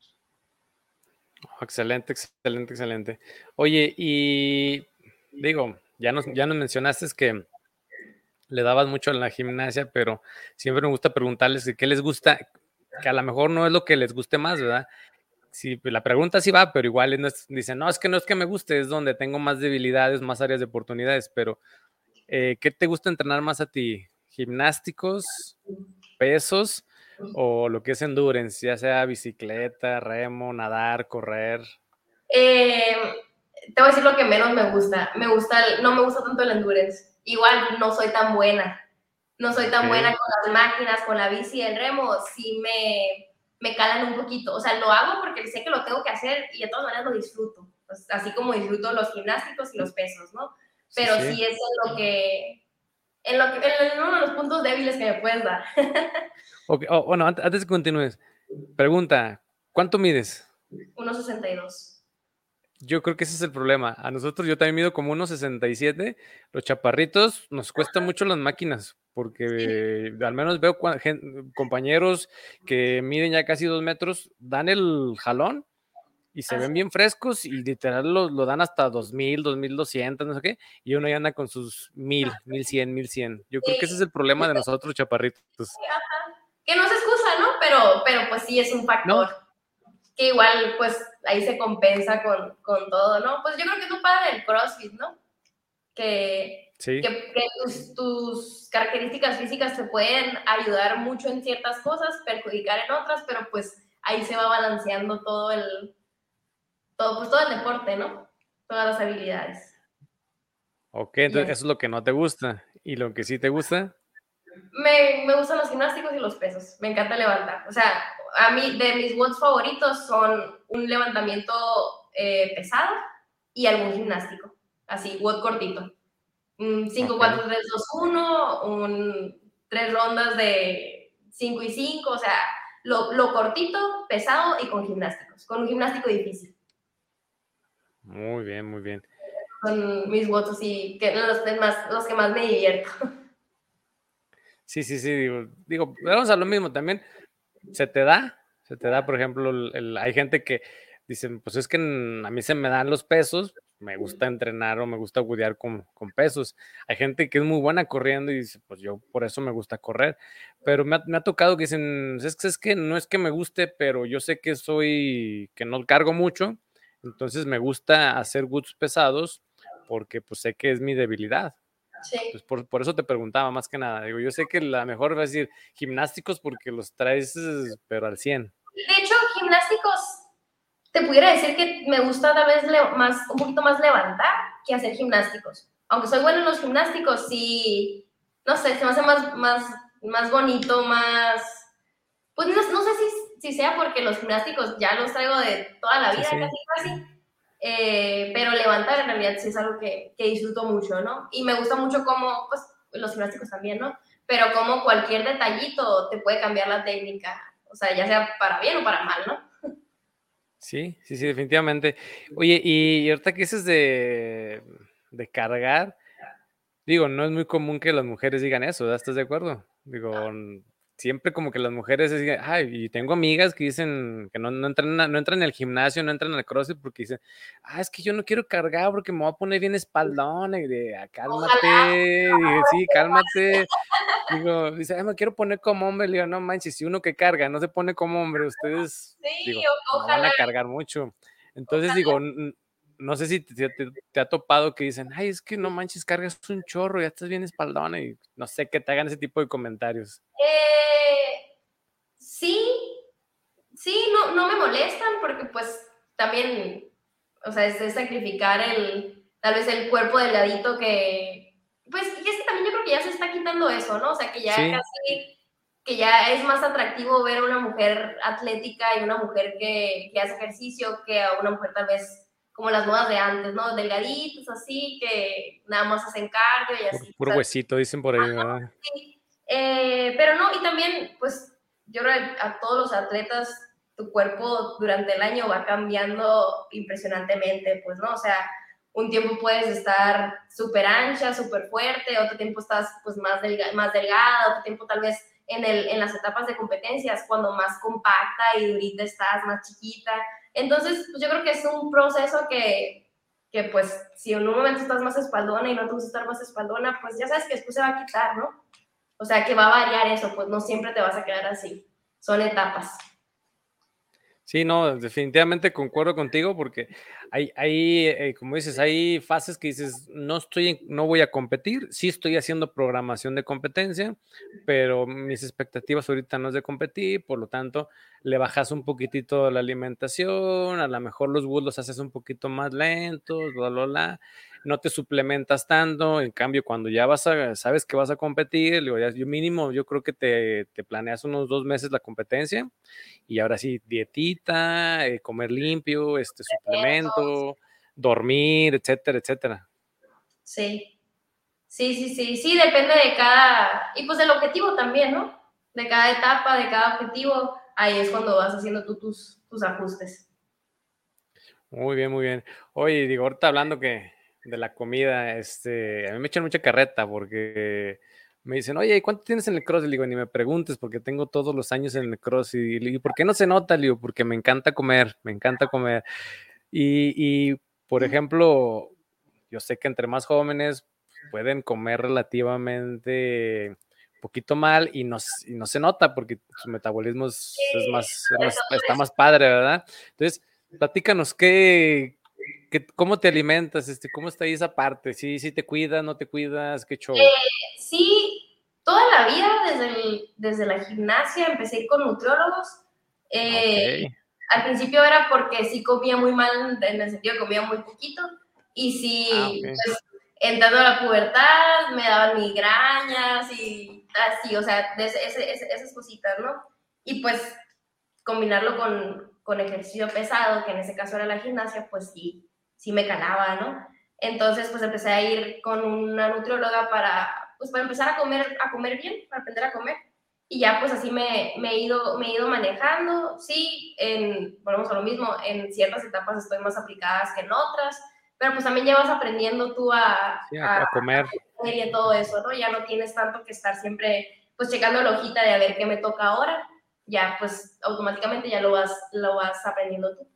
Oh, excelente, excelente, excelente. Oye, y digo, ya nos, ya nos mencionaste que le dabas mucho a la gimnasia, pero siempre me gusta preguntarles qué les gusta, que a lo mejor no es lo que les guste más, ¿verdad? Sí, la pregunta sí va, pero igual no es, dicen, no, es que no es que me guste, es donde tengo más debilidades, más áreas de oportunidades, pero eh, ¿qué te gusta entrenar más a ti? ¿Gimnásticos, pesos o lo que es endurance, ya sea bicicleta, remo, nadar, correr? Eh, te voy a decir lo que menos me gusta. Me gusta el, no me gusta tanto el endurance. Igual no soy tan buena. No soy tan okay. buena con las máquinas, con la bici y el remo. Sí me, me calan un poquito. O sea, lo hago porque sé que lo tengo que hacer y de todas maneras lo disfruto. Pues, así como disfruto los gimnásticos y los pesos, ¿no? Pero sí, sí. sí es en lo que... En, lo que, en uno de los puntos débiles que me puedes dar. Okay. Oh, bueno, antes de que continúes, pregunta, ¿cuánto mides? uno sesenta y dos. Yo creo que ese es el problema. A nosotros, yo también mido como uno sesenta y siete. Los chaparritos nos cuesta mucho las máquinas, porque sí. Al menos veo compañeros que miden ya casi dos metros, dan el jalón y se Así. ven bien frescos y literal lo, lo dan hasta dos mil, dos mil doscientos, no sé qué, y uno ya anda con sus mil, mil cien, mil cien. Yo creo sí. que ese es el problema de nosotros chaparritos. Ajá. Que no se excusa, ¿no? Pero, pero pues sí es un factor. ¿No? Que igual, pues, ahí se compensa con, con todo, ¿no? Pues yo creo que es lo padre del CrossFit, ¿no? Que, sí. que, que tus, tus características físicas te pueden ayudar mucho en ciertas cosas, perjudicar en otras, pero pues ahí se va balanceando todo el, todo, pues, todo el deporte, ¿no? Todas las habilidades. Ok, entonces eso es lo que no te gusta. ¿Y lo que sí te gusta? Me, me gustan los gimnásticos y los pesos. Me encanta levantar. O sea, a mí, de mis watts favoritos son un levantamiento eh, pesado y algún gimnástico. Así, watt cortito. cinco, cuatro, tres, dos, uno, un, tres rondas de cinco y cinco. O sea, lo, lo cortito, pesado y con gimnásticos. Con un gimnástico difícil. Muy bien, muy bien. Con mis watts así, que los, más, los que más me divierto. Sí, sí, sí, digo, digo, vamos a lo mismo también, se te da, se te da, por ejemplo, el, el, hay gente que dicen, pues es que a mí se me dan los pesos, me gusta entrenar o me gusta agudear con, con pesos, hay gente que es muy buena corriendo y dice, pues yo por eso me gusta correr, pero me ha, me ha tocado que dicen, es que, es que no es que me guste, pero yo sé que soy, que no cargo mucho, entonces me gusta hacer watts pesados, porque pues sé que es mi debilidad. Sí. Pues por, por eso te preguntaba más que nada. Digo, yo sé que la mejor va a decir gimnásticos porque los traes, pero al cien. De hecho, gimnásticos, te pudiera decir que me gusta tal vez más, un poquito más levantar que hacer gimnásticos. Aunque soy buena en los gimnásticos, sí, no sé, se me hace más, más, más bonito, más... Pues no, no sé si, si sea porque los gimnásticos ya los traigo de toda la vida, Sí, sí. casi, casi. Eh, pero levantar en realidad sí es algo que, que disfruto mucho, ¿no? Y me gusta mucho cómo, pues, los gimnásticos también, ¿no? Pero como cualquier detallito te puede cambiar la técnica, o sea, ya sea para bien o para mal, ¿no? Sí, sí, sí, definitivamente. Oye, y ahorita que dices de, de cargar, digo, no es muy común que las mujeres digan eso, ¿verdad? ¿Estás de acuerdo? Digo, n- siempre como que las mujeres digan, ay, y tengo amigas que dicen que no, no entran, a- no entran en el gimnasio, no entran al CrossFit porque dicen, ah, es que yo no quiero cargar porque me voy a poner bien espaldón, y de, "Ah, Ojalá, cálmate", dije, sí, cálmate. Digo, dice, ay, me quiero poner como hombre. Le digo, no manches, si uno que carga no se pone como hombre, ustedes, sí, digo, o- no van ojalá, a cargar mucho. Entonces, ojalá. digo, n- no sé si te, te- te ha topado que dicen, ay, es que no manches, cargas un chorro, ya estás bien espaldona, y no sé, que te hagan ese tipo de comentarios. Eh, sí, sí, no, no me molestan porque pues también, o sea, es, es sacrificar el, tal vez el cuerpo delgadito que, pues, y es que también yo creo que ya se está quitando eso, ¿no? O sea, que ya Sí, casi, que ya es más atractivo ver a una mujer atlética y una mujer que, que hace ejercicio que a una mujer tal vez como las modas de antes, ¿no? Delgaditos, así, que nada más hacen cardio y puro, así. O puro sea, huesito, dicen por ahí, ¿verdad? sí, eh, pero no, y también, pues, yo creo que a todos los atletas, tu cuerpo durante el año va cambiando impresionantemente, pues, ¿no? O sea, un tiempo puedes estar súper ancha, súper fuerte, otro tiempo estás, pues, más, delga más delgada, otro tiempo tal vez en, el, en las etapas de competencias, cuando más compacta y durita estás, más chiquita. Entonces, pues, yo creo que es un proceso que, que, pues, si en un momento estás más espaldona y no te gusta estar más espaldona, pues ya sabes que después se va a quitar, ¿no? O sea, que va a variar eso, pues no siempre te vas a quedar así. Son etapas. Sí, no, definitivamente concuerdo contigo porque hay, hay eh, como dices, hay fases que dices, no estoy, en- no voy a competir, sí estoy haciendo programación de competencia, pero mis expectativas ahorita no es de competir, por lo tanto, le bajas un poquitito la alimentación, a lo mejor los bus los haces un poquito más lentos, bla, bla, bla, no te suplementas tanto, en cambio, cuando ya vas a, sabes que vas a competir, digo, ya, yo mínimo, yo creo que te, te planeas unos dos meses la competencia y ahora sí, dietita, eh, comer limpio, este suplemento, dormir, etcétera, etcétera. Sí, sí, sí, sí, sí, depende de cada, y pues del objetivo también, ¿no? De cada etapa, de cada objetivo, ahí es cuando vas haciendo tú tus, tus ajustes. Muy bien, muy bien. Oye, digo, ahorita hablando que de la comida, este, a mí me echan mucha carreta porque me dicen, oye, ¿cuánto tienes en el cross? Y le digo, ni me preguntes porque tengo todos los años en el cross. Y le digo, ¿por qué no se nota? Le digo, porque me encanta comer, me encanta comer. Y, y, por ejemplo, yo sé que entre más jóvenes pueden comer relativamente poquito mal y no, y no se nota porque su metabolismo es, es Sí, más, es sobre más, todo está eso. más padre, ¿verdad? Entonces, platícanos, ¿qué, qué, cómo te alimentas? Este, ¿cómo está ahí esa parte? ¿Sí, sí te cuidas, no te cuidas? ¿Qué show? Eh, sí, toda la vida, desde, el, desde la gimnasia, empecé con nutriólogos. Ok. Eh, Al principio era porque sí comía muy mal, en el sentido que comía muy poquito, y Ah, sí, ok. pues entrando a la pubertad me daban migrañas y así, o sea, de ese, ese, esas cositas, ¿no? Y pues combinarlo con, con ejercicio pesado, que en ese caso era la gimnasia, pues sí, sí me calaba, ¿no? Entonces, pues empecé a ir con una nutrióloga para, pues para empezar a comer, a comer bien, para aprender a comer. Y ya pues así me, me, he, ido, me he ido manejando. Sí, en, volvemos a lo mismo, en ciertas etapas estoy más aplicadas que en otras, pero pues también ya vas aprendiendo tú a, Sí, a, a, a comer. a y todo eso, ¿no? Ya no tienes tanto que estar siempre pues checando la hojita de a ver qué me toca ahora, ya pues automáticamente ya lo vas, lo vas aprendiendo tú.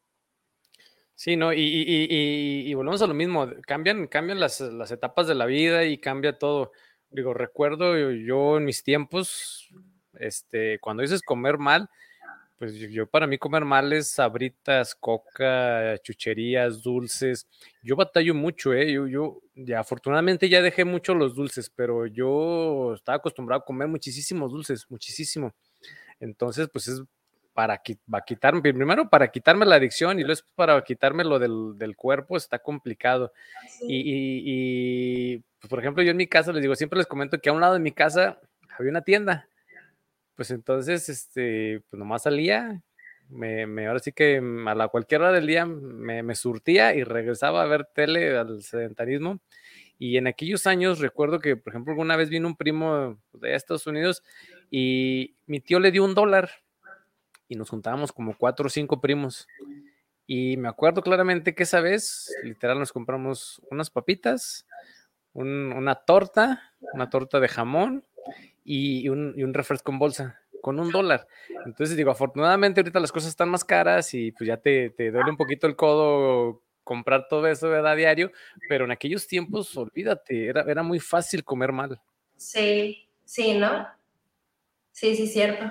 Sí, no, y, y, y, y, y volvemos a lo mismo, cambian, cambian las, las etapas de la vida y cambia todo. Digo, recuerdo yo, yo en mis tiempos, este, cuando dices comer mal, Pues yo, yo para mí comer mal es sabritas, coca, chucherías, dulces. Yo batallo mucho, ¿eh? Yo, yo ya afortunadamente ya dejé mucho los dulces, pero yo estaba acostumbrado a comer muchísimos dulces, muchísimo. Entonces, pues es para, para quitarme, primero para quitarme la adicción y luego para quitarme lo del, del cuerpo, está complicado. Y, Sí, y, y pues, por ejemplo, yo en mi casa les digo, siempre les comento que a un lado de mi casa había una tienda. Pues entonces, este, pues nomás salía, me, me ahora sí que a la cualquier hora del día me, me surtía y regresaba a ver tele al sedentarismo. Y en aquellos años recuerdo que, por ejemplo, alguna vez vino un primo de Estados Unidos y mi tío le dio un dólar y nos juntábamos como cuatro o cinco primos. Y me acuerdo claramente que esa vez, literal, nos compramos unas papitas, un, una torta, una torta de jamón y un, y un refresco en bolsa con un dólar. Entonces digo, afortunadamente ahorita las cosas están más caras y pues ya te, te duele un poquito el codo comprar todo eso, ¿verdad? A diario, pero en aquellos tiempos, olvídate, era, era muy fácil comer mal. sí, sí, ¿no? Sí, sí, cierto.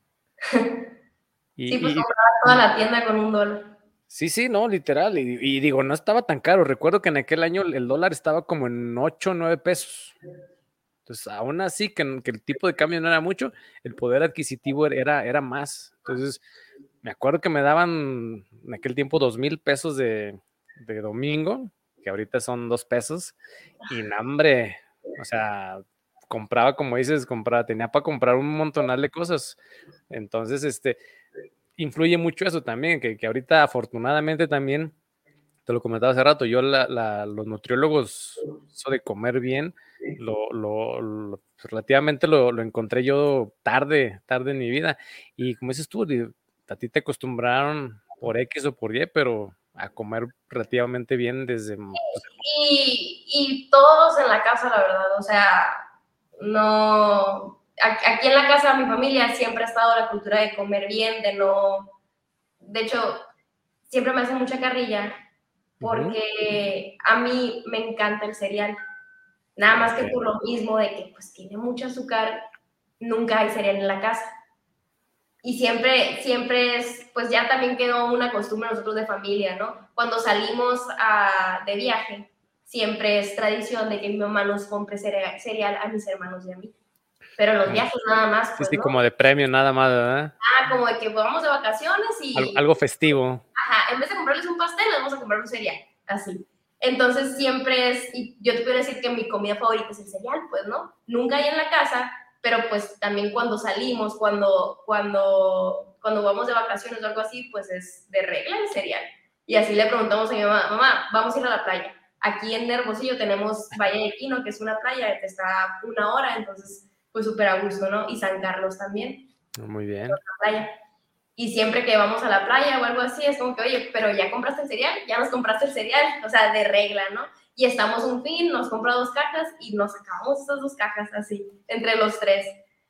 Sí, pues Y, y, compraba toda la tienda con un dólar. sí, sí, no, literal. Y, y, digo, no estaba tan caro. Recuerdo que en aquel año el dólar estaba como en ocho, nueve pesos. Entonces, aún así, que, que el tipo de cambio no era mucho, el poder adquisitivo era, era más. Entonces, me acuerdo que me daban en aquel tiempo dos mil pesos de, de domingo, que ahorita son dos pesos, y hambre, o sea, compraba, como dices, compraba, tenía para comprar un montonal de cosas. Entonces, este, influye mucho eso también, que, que ahorita afortunadamente también, te lo comentaba hace rato, yo la, la, los nutriólogos, eso de comer bien, lo, lo, lo relativamente lo, lo, encontré yo tarde, tarde en mi vida. Y como dices tú, a ti te acostumbraron por X o por Y, pero a comer relativamente bien desde... Pues, Y, y todos en la casa, la verdad, o sea, no, aquí en la casa de mi familia siempre ha estado la cultura de comer bien, de no, de hecho, siempre me hacen mucha carrilla uh -huh. porque a mí me encanta el cereal, nada más que Okay. por lo mismo de que pues tiene mucho azúcar, nunca hay cereal en la casa. Y siempre, siempre es, pues ya también quedó una costumbre nosotros de familia, ¿no? Cuando salimos a, de viaje, siempre es tradición de que mi mamá nos compre cereal, cereal a mis hermanos y a mí. Pero los Como, viajes nada más, sí, pues, sí, ¿no? como de premio nada más, ¿verdad? Ah, como de que vamos de vacaciones Algo, y, algo festivo. ajá, en vez de comprarles un pastel, les vamos a comprar un cereal, así. Entonces siempre es, y yo te puedo decir que mi comida favorita es el cereal, pues, ¿no? Nunca hay en la casa, pero pues también cuando salimos, cuando, cuando, cuando vamos de vacaciones o algo así, pues es de regla el cereal. Y así le preguntamos a mi mamá, mamá, vamos a ir a la playa. Aquí en Hermosillo tenemos Valle de Quino, que es una playa que está una hora, entonces pues súper a gusto, ¿no? Y San Carlos también, Muy bien. otra playa. Y siempre que vamos a la playa o algo así, es como que, oye, pero ya compraste el cereal, ya nos compraste el cereal, o sea, de regla, ¿no? Y estamos un fin, nos compra dos cajas y nos acabamos esas dos cajas así, entre los tres.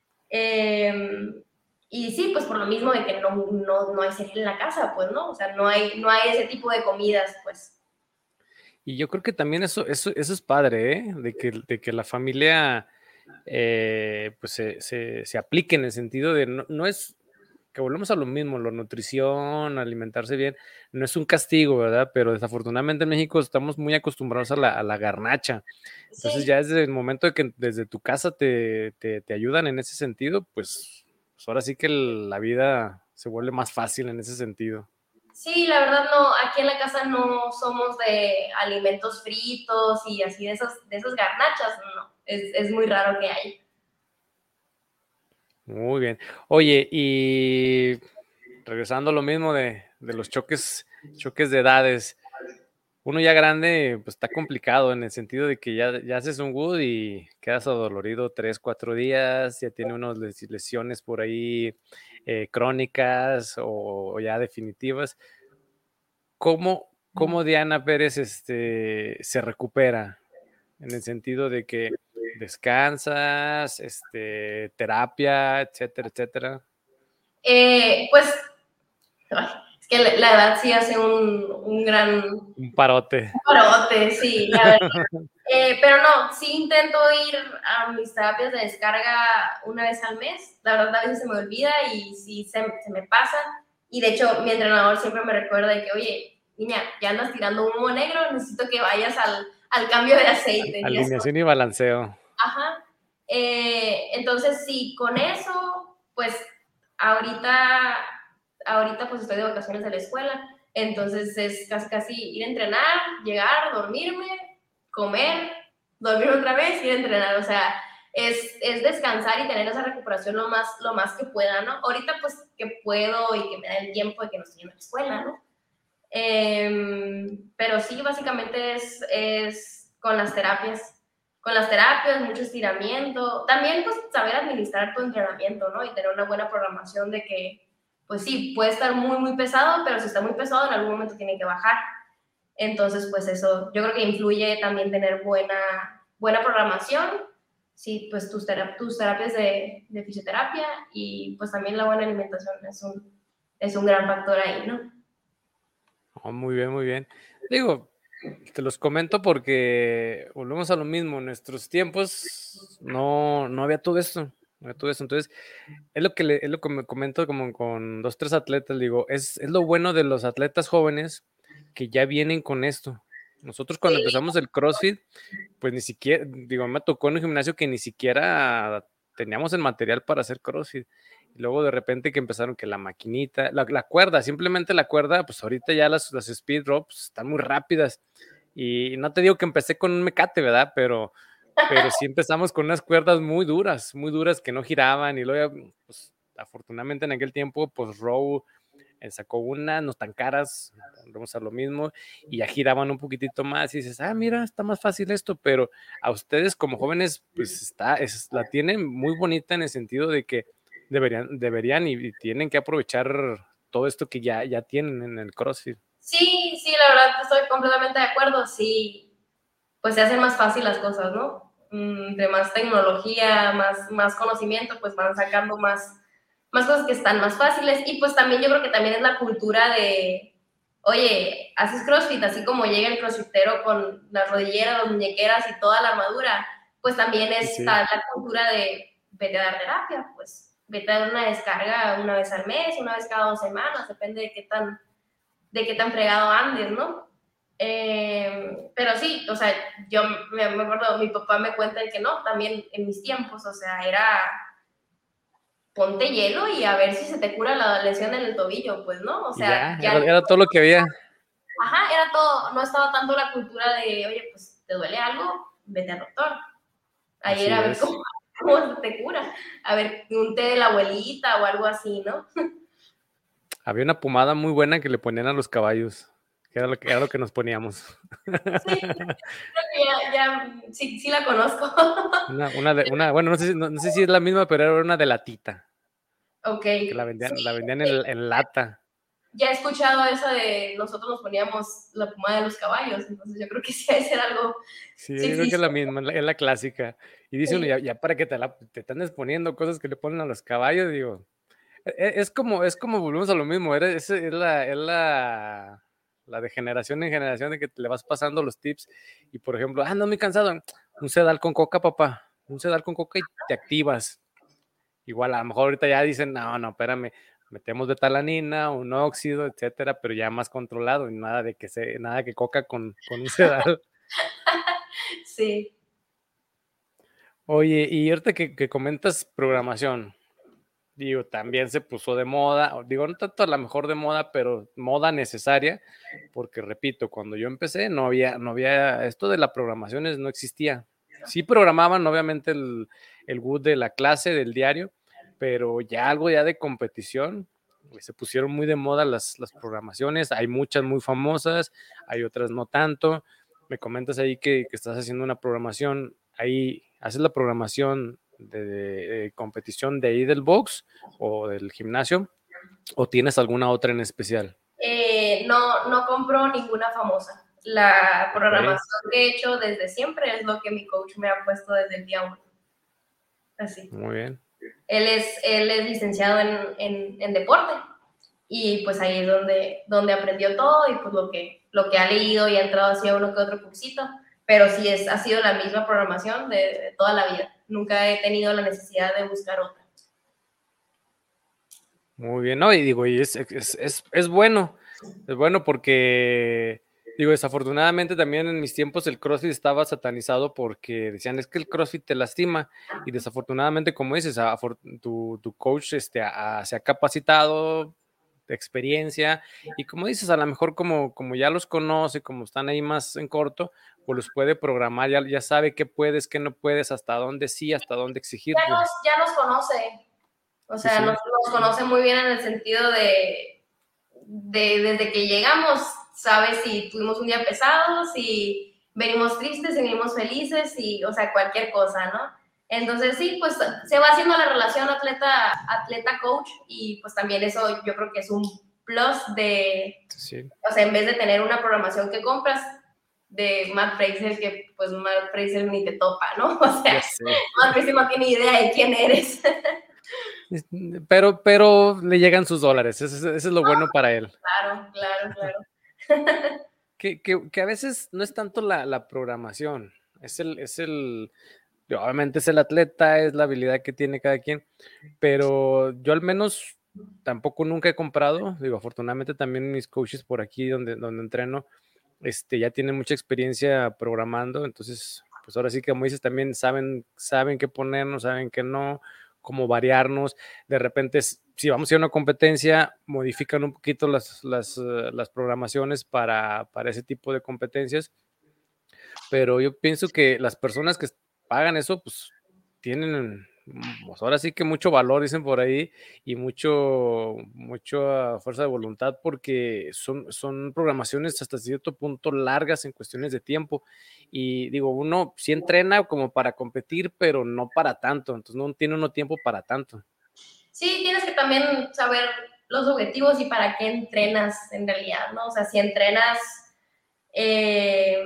Eh, y sí, pues por lo mismo de que no, no, no hay cereal en la casa, pues, ¿no? O sea, no hay, no hay ese tipo de comidas, pues. Y yo creo que también eso, eso, eso es padre, ¿eh? De que, de que la familia eh, pues se, se, se aplique en el sentido de no, no es que volvemos a lo mismo, la nutrición, alimentarse bien, no es un castigo, ¿verdad? Pero desafortunadamente en México estamos muy acostumbrados a la, a la garnacha. Entonces Sí, ya desde el momento de que desde tu casa te, te, te ayudan en ese sentido, pues, pues ahora sí que el, la vida se vuelve más fácil en ese sentido. sí, la verdad no, aquí en la casa no somos de alimentos fritos y así de esas, de esas garnachas, no, es, es muy raro que hay. Muy bien. Oye, y regresando a lo mismo de, de los choques, choques de edades, uno ya grande, pues está complicado en el sentido de que ya, ya haces un good y quedas adolorido tres, cuatro días, ya tiene unas lesiones por ahí eh, crónicas o, o ya definitivas. ¿Cómo, cómo Diana Pérez este, se recupera? En el sentido de que descansas, este, terapia, etcétera, etcétera. Eh, pues, ay, que la, la edad sí hace un, un gran... Un parote. Un parote, sí, la verdad. eh, pero no, sí intento ir a mis terapias de descarga una vez al mes. La verdad, a veces se me olvida y sí se, se me pasa. Y de hecho, mi entrenador siempre me recuerda de que, oye, niña, ya andas tirando un humo negro, necesito que vayas al, al cambio de aceite. Alineación y, y balanceo. Ajá. Eh, entonces, sí, con eso, pues, ahorita, ahorita pues estoy de vacaciones de la escuela, entonces es casi, casi ir a entrenar, llegar, dormirme, comer, dormir otra vez, ir a entrenar, o sea, es, es descansar y tener esa recuperación lo más, lo más que pueda, ¿no? Ahorita pues que puedo y que me da el tiempo de que no estoy en la escuela, ¿no? Eh, pero sí, básicamente es, es con las terapias, con las terapias, mucho estiramiento, también pues saber administrar tu entrenamiento, ¿no? Y tener una buena programación de que, pues sí, puede estar muy, muy pesado, pero si está muy pesado en algún momento tiene que bajar. Entonces, pues eso, yo creo que influye también tener buena, buena programación, sí, pues tus, terap tus terapias de, de fisioterapia y pues también la buena alimentación es un, es un gran factor ahí, ¿no? Oh, muy bien, muy bien. Digo, te los comento porque volvemos a lo mismo. En nuestros tiempos no, no había todo esto. No había todo esto. Entonces, es lo que, le, es lo que me comento como con dos, tres atletas. Digo, es, es lo bueno de los atletas jóvenes que ya vienen con esto. Nosotros cuando sí. empezamos el CrossFit, pues ni siquiera, digo, me tocó en un gimnasio que ni siquiera teníamos el material para hacer CrossFit. Y luego de repente que empezaron que la maquinita, la, la cuerda, simplemente la cuerda, pues ahorita ya las, las speed drops están muy rápidas. Y no te digo que empecé con un mecate, ¿verdad? Pero, pero sí empezamos con unas cuerdas muy duras, muy duras que no giraban. Y luego, pues afortunadamente en aquel tiempo, pues Row sacó una, no tan caras, vamos a lo mismo, y ya giraban un poquitito más y dices, ah, mira, está más fácil esto, pero a ustedes como jóvenes, pues está, es, la tienen muy bonita en el sentido de que deberían, deberían y, y tienen que aprovechar todo esto que ya, ya tienen en el CrossFit. Sí, sí, la verdad estoy completamente de acuerdo, sí, pues se hacen más fácil las cosas, ¿no? De más tecnología, más, más conocimiento, pues van sacando más más cosas que están más fáciles, y pues también yo creo que también es la cultura de, oye, haces CrossFit, así como llega el crossfitero con las rodilleras, las muñequeras y toda la armadura, pues también está sí. la cultura de, vete a dar terapia, pues, vete a dar una descarga una vez al mes, una vez cada dos semanas, depende de qué tan, de qué tan fregado andes, ¿no? Eh, pero sí, o sea, yo me, me acuerdo, mi papá me cuenta de que no, también en mis tiempos, o sea, era... ponte hielo y a ver si se te cura la lesión en el tobillo, pues, ¿no? O sea, ya, ya era, era todo lo que había. Ajá, era todo, no estaba tanto la cultura de, oye, pues, ¿te duele algo? Vete al doctor. Ahí así era a ver cómo, cómo te cura. A ver, un té de la abuelita o algo así, ¿no? Había una pomada muy buena que le ponían a los caballos, que era lo que, era lo que nos poníamos. Sí, creo que ya, ya sí, sí la conozco. Una, una, de, una bueno, no sé, no, no sé si es la misma, pero era una de latita. Ok. Que la vendían, sí, la vendían en, en lata. Ya he escuchado esa de nosotros nos poníamos la pomada de los caballos, entonces yo creo que sí hay que ser algo. Sí, sí yo creo que es la misma, es la, es la clásica. Y dice sí. uno, ya, ya para que te, la, te están exponiendo cosas que le ponen a los caballos, digo. Es, es como, es como volvemos a lo mismo, es, es, la, es la, la de generación en generación de que te le vas pasando los tips. Y por ejemplo, ah, no, muy cansado, un sedal con coca, papá, un sedal con coca y te activas. Igual a lo mejor ahorita ya dicen, no, no, espérame, metemos betalanina, un óxido, etcétera, pero ya más controlado y nada de que se, nada que coca con, con un sedal. Sí. Oye, y ahorita que, que comentas programación, digo, también se puso de moda, digo, no tanto a lo mejor de moda, pero moda necesaria, porque repito, cuando yo empecé no había, no había, esto de la programación no existía. Sí programaban obviamente el, el W O D de la clase, del diario, pero ya algo ya de competición, se pusieron muy de moda las, las programaciones, hay muchas muy famosas, hay otras no tanto. Me comentas ahí que, que estás haciendo una programación, ahí haces la programación de, de, de competición de ahí del box o del gimnasio, o tienes alguna otra en especial? Eh, no, no compro ninguna famosa. La programación okay. que he hecho desde siempre es lo que mi coach me ha puesto desde el día uno. Así. Muy bien. Él es, él es licenciado en, en, en deporte. y pues ahí es donde, donde aprendió todo y pues lo que, lo que ha leído y ha entrado hacia uno que otro cursito, pero sí es, ha sido la misma programación de, de toda la vida. Nunca he tenido la necesidad de buscar otra. Muy bien, ¿no? Y digo, y es, es, es, es bueno, es bueno porque, digo, desafortunadamente también en mis tiempos el CrossFit estaba satanizado porque decían, es que el CrossFit te lastima, y desafortunadamente, como dices, a, tu, tu coach este, a, a, se ha capacitado de experiencia, y como dices, a lo mejor como, como ya los conoce, como están ahí más en corto, pues los puede programar, ya, ya sabe qué puedes, qué no puedes, hasta dónde sí, hasta dónde exigirte. Ya nos, ya nos conoce. O sea, sí, sí. Nos, nos conoce muy bien en el sentido de, de, desde que llegamos, sabe si tuvimos un día pesado, si venimos tristes, si venimos felices, y, o sea, cualquier cosa, ¿no? Entonces, sí, pues se va haciendo la relación atleta, atleta-coach, y pues también eso yo creo que es un plus de, sí. O sea, en vez de tener una programación que compras de Mat Fraser, que pues Mat Fraser ni te topa, ¿no? O sea, Mat Fraser no tiene idea de quién eres. Pero, pero le llegan sus dólares, eso, eso es lo bueno para él. Claro, claro, claro. que, que, que a veces no es tanto la, la programación, es el, es el, obviamente es el atleta, es la habilidad que tiene cada quien, pero yo al menos tampoco nunca he comprado, digo, afortunadamente también mis coaches por aquí donde, donde entreno, este, ya tienen mucha experiencia programando, entonces, pues ahora sí que como dices, también saben, saben qué ponernos, saben qué no, cómo variarnos, de repente si vamos a ir a una competencia, modifican un poquito las, las, uh, las programaciones para, para ese tipo de competencias, pero yo pienso que las personas que pagan eso, pues tienen, pues ahora sí que mucho valor, dicen por ahí, y mucho, mucha fuerza de voluntad, porque son, son programaciones hasta cierto punto largas en cuestiones de tiempo, y digo, uno sí entrena como para competir, pero no para tanto, entonces no tiene uno tiempo para tanto. Sí, tienes que también saber los objetivos y para qué entrenas en realidad, ¿no? O sea, si entrenas, eh,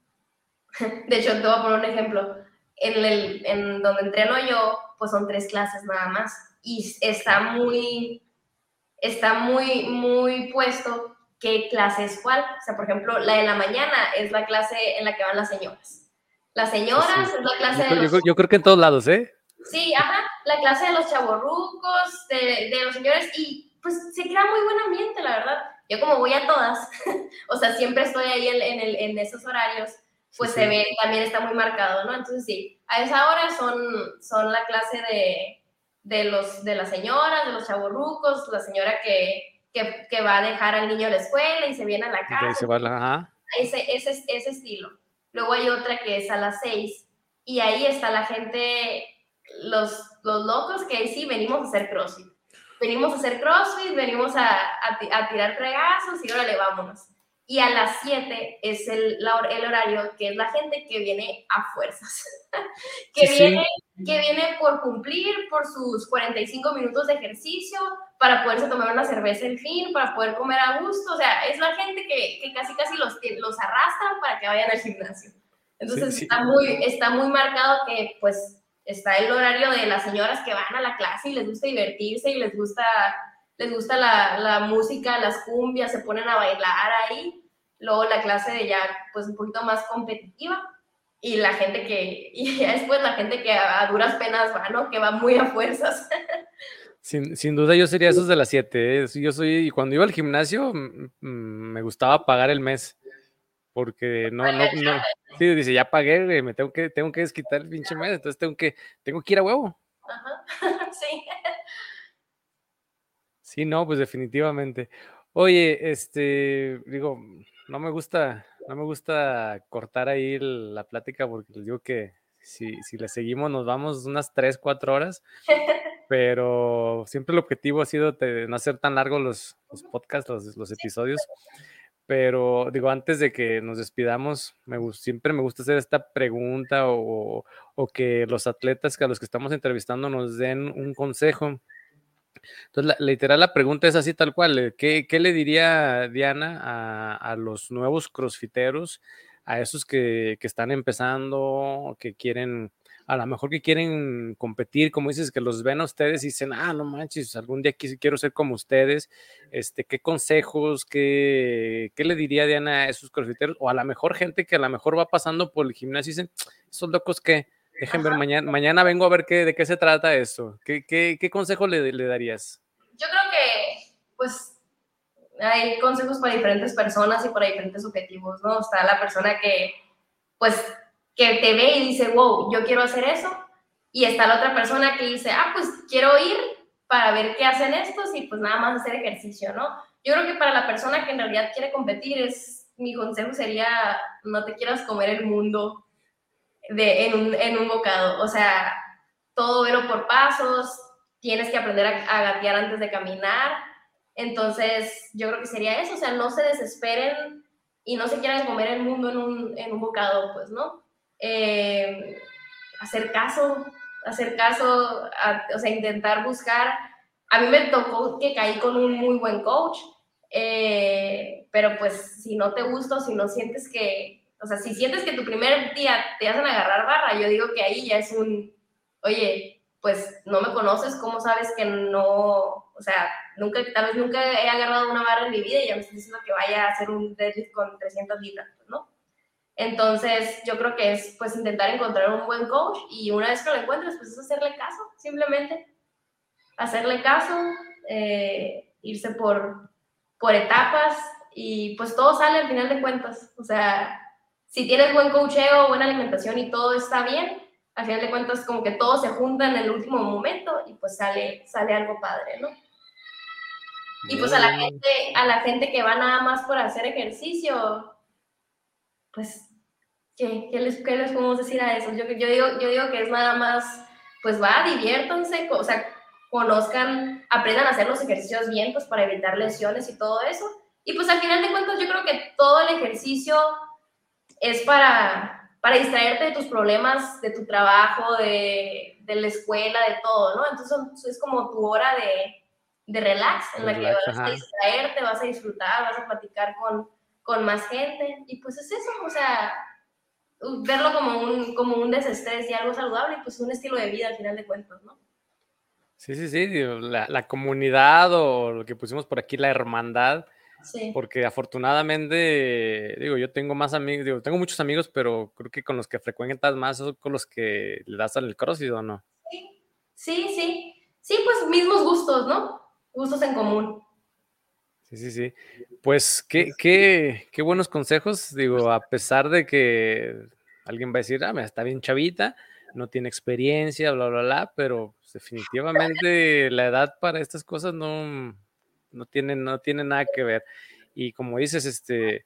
de hecho, te voy a poner un ejemplo, en, el, en donde entreno yo, pues son tres clases nada más, y está muy, está muy, muy puesto qué clase es cuál. O sea, por ejemplo, la de la mañana es la clase en la que van las señoras. Las señoras sí, sí. Es la clase yo, de los... Yo, yo creo que en todos lados, ¿eh? Sí, ajá, la clase de los chavorrucos, de, de los señores, y pues se crea muy buen ambiente, la verdad. Yo como voy a todas, o sea, siempre estoy ahí en, en, el, en esos horarios, pues sí, se sí. ve, también está muy marcado, ¿no? Entonces sí, a esa hora son, son la clase de, de, los, de las señoras, de los chavorrucos, la señora que, que, que va a dejar al niño a la escuela y se viene a la casa. Y se va la, ajá. Ese, ese, ese estilo. Luego hay otra que es a las seis, y ahí está la gente... Los, los locos que ahí sí venimos a hacer CrossFit. Venimos a hacer CrossFit, venimos a, a, a tirar fregazos y órale, vámonos. Y a las siete es el, la, el horario que es la gente que viene a fuerzas. que, sí, viene, sí. que viene por cumplir, por sus cuarenta y cinco minutos de ejercicio, para poderse tomar una cerveza al fin, para poder comer a gusto. O sea, es la gente que, que casi casi los, los arrastran para que vayan al gimnasio. Entonces sí, sí. Está, muy, está muy marcado que pues está el horario de las señoras que van a la clase y les gusta divertirse y les gusta, les gusta la, la música, las cumbias, se ponen a bailar ahí. Luego la clase de ya, pues, un poquito más competitiva. Y la gente que, y ya después la gente que a, a duras penas va, ¿no? Que va muy a fuerzas. Sin, sin duda yo sería esos de las siete. ¿eh? Yo soy, cuando iba al gimnasio, m- m- me gustaba pagar el mes. Porque no, no, no. Sí, dice, ya pagué, me tengo que, tengo que desquitar el pinche mes, entonces tengo que, tengo que ir a huevo. Ajá, sí. Sí, no, pues definitivamente. Oye, este, digo, no me gusta, no me gusta cortar ahí la plática porque les digo que si, si le seguimos nos vamos unas tres, cuatro horas, pero siempre el objetivo ha sido de no hacer tan largos los, los podcasts, los, los episodios. Pero digo, antes de que nos despidamos, me, siempre me gusta hacer esta pregunta o, o que los atletas que a los que estamos entrevistando nos den un consejo. Entonces, la, literal, la pregunta es así tal cual. ¿Qué, qué le diría Diana a, a los nuevos crossfiteros, a esos que, que están empezando, que quieren a lo mejor que quieren competir, como dices, que los ven a ustedes y dicen, ah, no manches, algún día quiero ser como ustedes, este, ¿qué consejos, qué, qué le diría Diana a esos crossfiteros? O a lo mejor gente que a lo mejor va pasando por el gimnasio y dicen, esos locos que, dejen ver, mañana, mañana vengo a ver qué, de qué se trata esto. ¿Qué, qué, qué consejo le, le darías? Yo creo que, pues, hay consejos para diferentes personas y para diferentes objetivos, ¿no? Está la persona que, pues, que te ve y dice, wow, yo quiero hacer eso. Y está la otra persona que dice, ah, pues quiero ir para ver qué hacen estos y pues nada más hacer ejercicio, ¿no? Yo creo que para la persona que en realidad quiere competir, es, mi consejo sería, no te quieras comer el mundo de, en, un, en un bocado. O sea, todo velo por pasos, tienes que aprender a, a gatear antes de caminar. Entonces, yo creo que sería eso, o sea, no se desesperen y no se quieran comer el mundo en un, en un bocado, pues, ¿no? Eh, hacer caso, hacer caso, a, o sea, intentar buscar. A mí me tocó que caí con un muy buen coach, eh, pero pues si no te gusta, si no sientes que, o sea, si sientes que tu primer día te hacen agarrar barra, yo digo que ahí ya es un, oye, pues no me conoces, ¿cómo sabes que no, o sea, nunca, tal vez nunca he agarrado una barra en mi vida y ya me estás diciendo que vaya a hacer un deadlift con trescientas libras, ¿no? Entonces, yo creo que es pues intentar encontrar un buen coach y una vez que lo encuentres, pues es hacerle caso, simplemente hacerle caso, eh, irse por, por etapas y pues todo sale al final de cuentas. O sea, si tienes buen coacheo, buena alimentación y todo está bien, al final de cuentas como que todo se junta en el último momento y pues sale, sale algo padre, ¿no? Y pues a la gente, a la gente que va nada más por hacer ejercicio, pues ¿Qué, qué, les, ¿Qué les podemos decir a eso? Yo, yo, digo, yo digo que es nada más, pues va, diviértanse, o sea, conozcan, aprendan a hacer los ejercicios bien, pues para evitar lesiones y todo eso. Y pues al final de cuentas yo creo que todo el ejercicio es para, para distraerte de tus problemas, de tu trabajo, de, de la escuela, de todo, ¿no? Entonces es como tu hora de, de relax, en relax, la que vas ajá. a distraerte, vas a disfrutar, vas a platicar con, con más gente. Y pues es eso, o sea, verlo como un, como un desestrés y algo saludable, pues un estilo de vida al final de cuentas, ¿no? Sí, sí, sí, la, la comunidad o lo que pusimos por aquí, la hermandad, sí. Porque afortunadamente, digo, yo tengo más amigos, digo, tengo muchos amigos, pero creo que con los que frecuentas más son con los que le das al CrossFit, ¿o no? Sí, sí, sí, sí, pues mismos gustos, ¿no? Gustos en común. Sí, sí, sí. Pues qué, qué, qué buenos consejos, digo, a pesar de que alguien va a decir, ah, mira, está bien chavita, no tiene experiencia, bla, bla, bla, pero pues, definitivamente la edad para estas cosas no, no, tiene, no tiene nada que ver. Y como dices, este,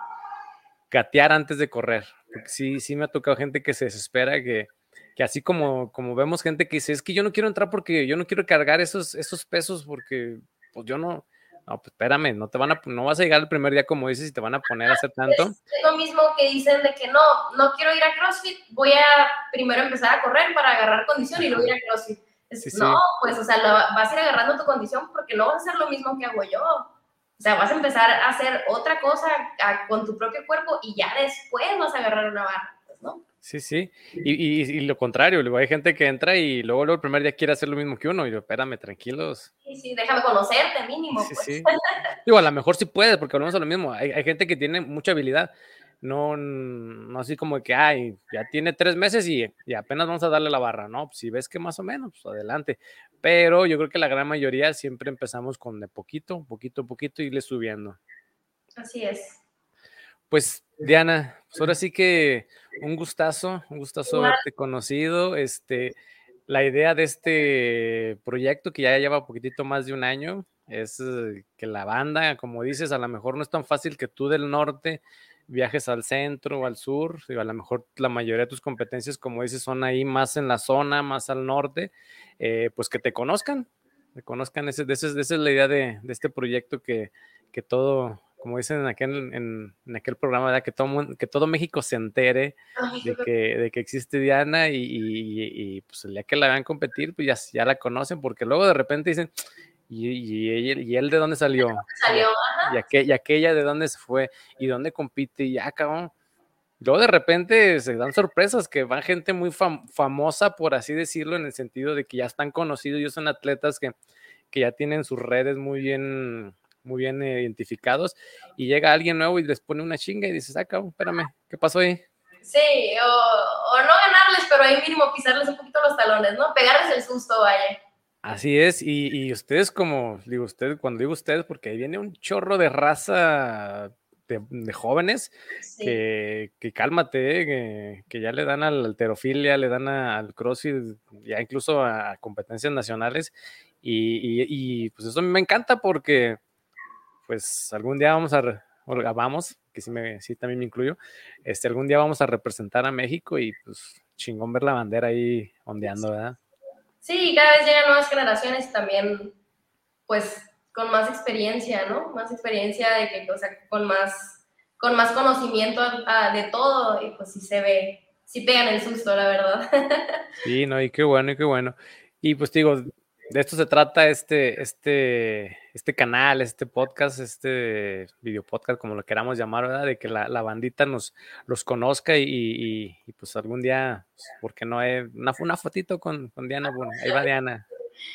gatear antes de correr, porque sí, sí me ha tocado gente que se desespera, que, que así como, como vemos gente que dice, es que yo no quiero entrar porque yo no quiero cargar esos, esos pesos porque pues yo no... No, pues espérame, no te van a, no vas a llegar el primer día como dices y te van a poner a hacer tanto. Es lo mismo que dicen de que no, no quiero ir a CrossFit, voy a primero empezar a correr para agarrar condición y luego ir a CrossFit. Es, sí, no, sí. Pues, o sea, lo, vas a ir agarrando tu condición porque no vas a hacer lo mismo que hago yo. O sea, vas a empezar a hacer otra cosa a, con tu propio cuerpo y ya después vas a agarrar una barra, pues, ¿no? Sí, sí, y, y, y lo contrario, luego hay gente que entra y luego, luego el primer día quiere hacer lo mismo que uno, y yo, espérame, tranquilos. Sí, sí, déjame conocerte mínimo, sí, pues. Sí. Digo, a lo mejor sí puedes, porque hablamos de lo mismo, hay, hay gente que tiene mucha habilidad, no, no así como que, ay, ya tiene tres meses y, y apenas vamos a darle la barra, ¿no? Si ves que más o menos, pues adelante, pero yo creo que la gran mayoría siempre empezamos con de poquito, poquito, poquito, y irle subiendo. Así es. Pues, Diana, pues ahora sí que un gustazo, un gustazo Igual. haberte conocido. Este, la idea de este proyecto, que ya lleva un poquitito más de un año, es que la banda, como dices, a lo mejor no es tan fácil que tú del norte viajes al centro o al sur, y a lo mejor la mayoría de tus competencias, como dices, son ahí más en la zona, más al norte, eh, pues que te conozcan, te conozcan, ese, ese, esa es la idea de, de este proyecto, que, que todo... como dicen en aquel, en, en aquel programa, ¿verdad? Que todo, que todo México se entere de que, de que existe Diana y, y, y pues el día que la vean competir, pues ya, ya la conocen, porque luego de repente dicen, ¿y, y, y él de dónde salió? Salió, y, y, aqu y aquella de dónde se fue, y dónde compite, y ya, cabrón. luego de repente se dan sorpresas que van gente muy fam famosa, por así decirlo, en el sentido de que ya están conocidos, y son atletas que, que ya tienen sus redes muy bien, muy bien eh, identificados, y llega alguien nuevo y les pone una chinga y dices, ah, cabrón, espérame, ¿qué pasó ahí? Sí, o, o no ganarles, pero ahí mínimo pisarles un poquito los talones, ¿no? Pegarles el susto, vaya. Así es, y, y ustedes como, digo usted, cuando digo ustedes, porque ahí viene un chorro de raza de, de jóvenes Sí. que, que cálmate, eh, que, que ya le dan a la halterofilia, le dan a- al CrossFit, ya incluso a competencias nacionales, y, y- y, pues eso a mí me encanta porque pues algún día vamos a, re- o vamos, que sí, me, sí también me incluyo, este, algún día vamos a representar a México y pues chingón ver la bandera ahí ondeando, ¿verdad? Sí, cada vez llegan nuevas generaciones también, pues, con más experiencia, ¿no? Más experiencia de que, o sea, con más, con más conocimiento ah, de todo, y pues sí se ve, sí pegan el susto, la verdad. Sí, no, y qué bueno, y qué bueno. Y pues te digo, de esto se trata este, este, este canal, este podcast, este video podcast, como lo queramos llamar, ¿verdad? De que la, la bandita nos los conozca y, y, y, pues algún día, pues, ¿por qué no? Eh? Una, una fotito con, con Diana, bueno, ahí va Diana.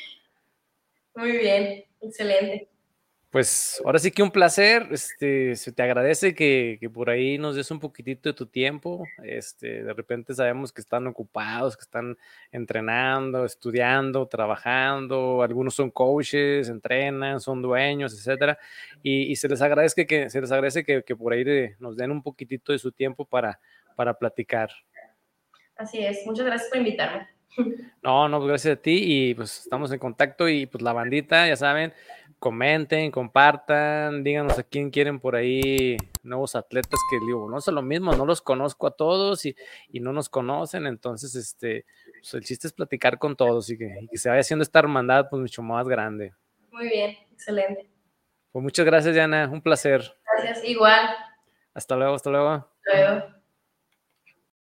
Muy bien, excelente. Pues ahora sí que un placer, este, se te agradece que, que por ahí nos des un poquitito de tu tiempo, este, de repente sabemos que están ocupados, que están entrenando, estudiando, trabajando, algunos son coaches, entrenan, son dueños, etcétera, y, y se les agradece que, se les agradece que, que por ahí de- nos den un poquitito de su tiempo para, para platicar. Así es, muchas gracias por invitarme. No, no, pues gracias a ti y pues estamos en contacto y pues la bandita, ya saben, comenten, compartan, díganos a quién quieren por ahí nuevos atletas que digo, no es lo mismo, no los conozco a todos y, y no nos conocen, entonces este, pues el chiste es platicar con todos y que, y que se vaya haciendo esta hermandad pues mucho más grande. Muy bien, excelente. Pues muchas gracias, Diana, un placer. Gracias, igual. Hasta luego, hasta luego. Luego.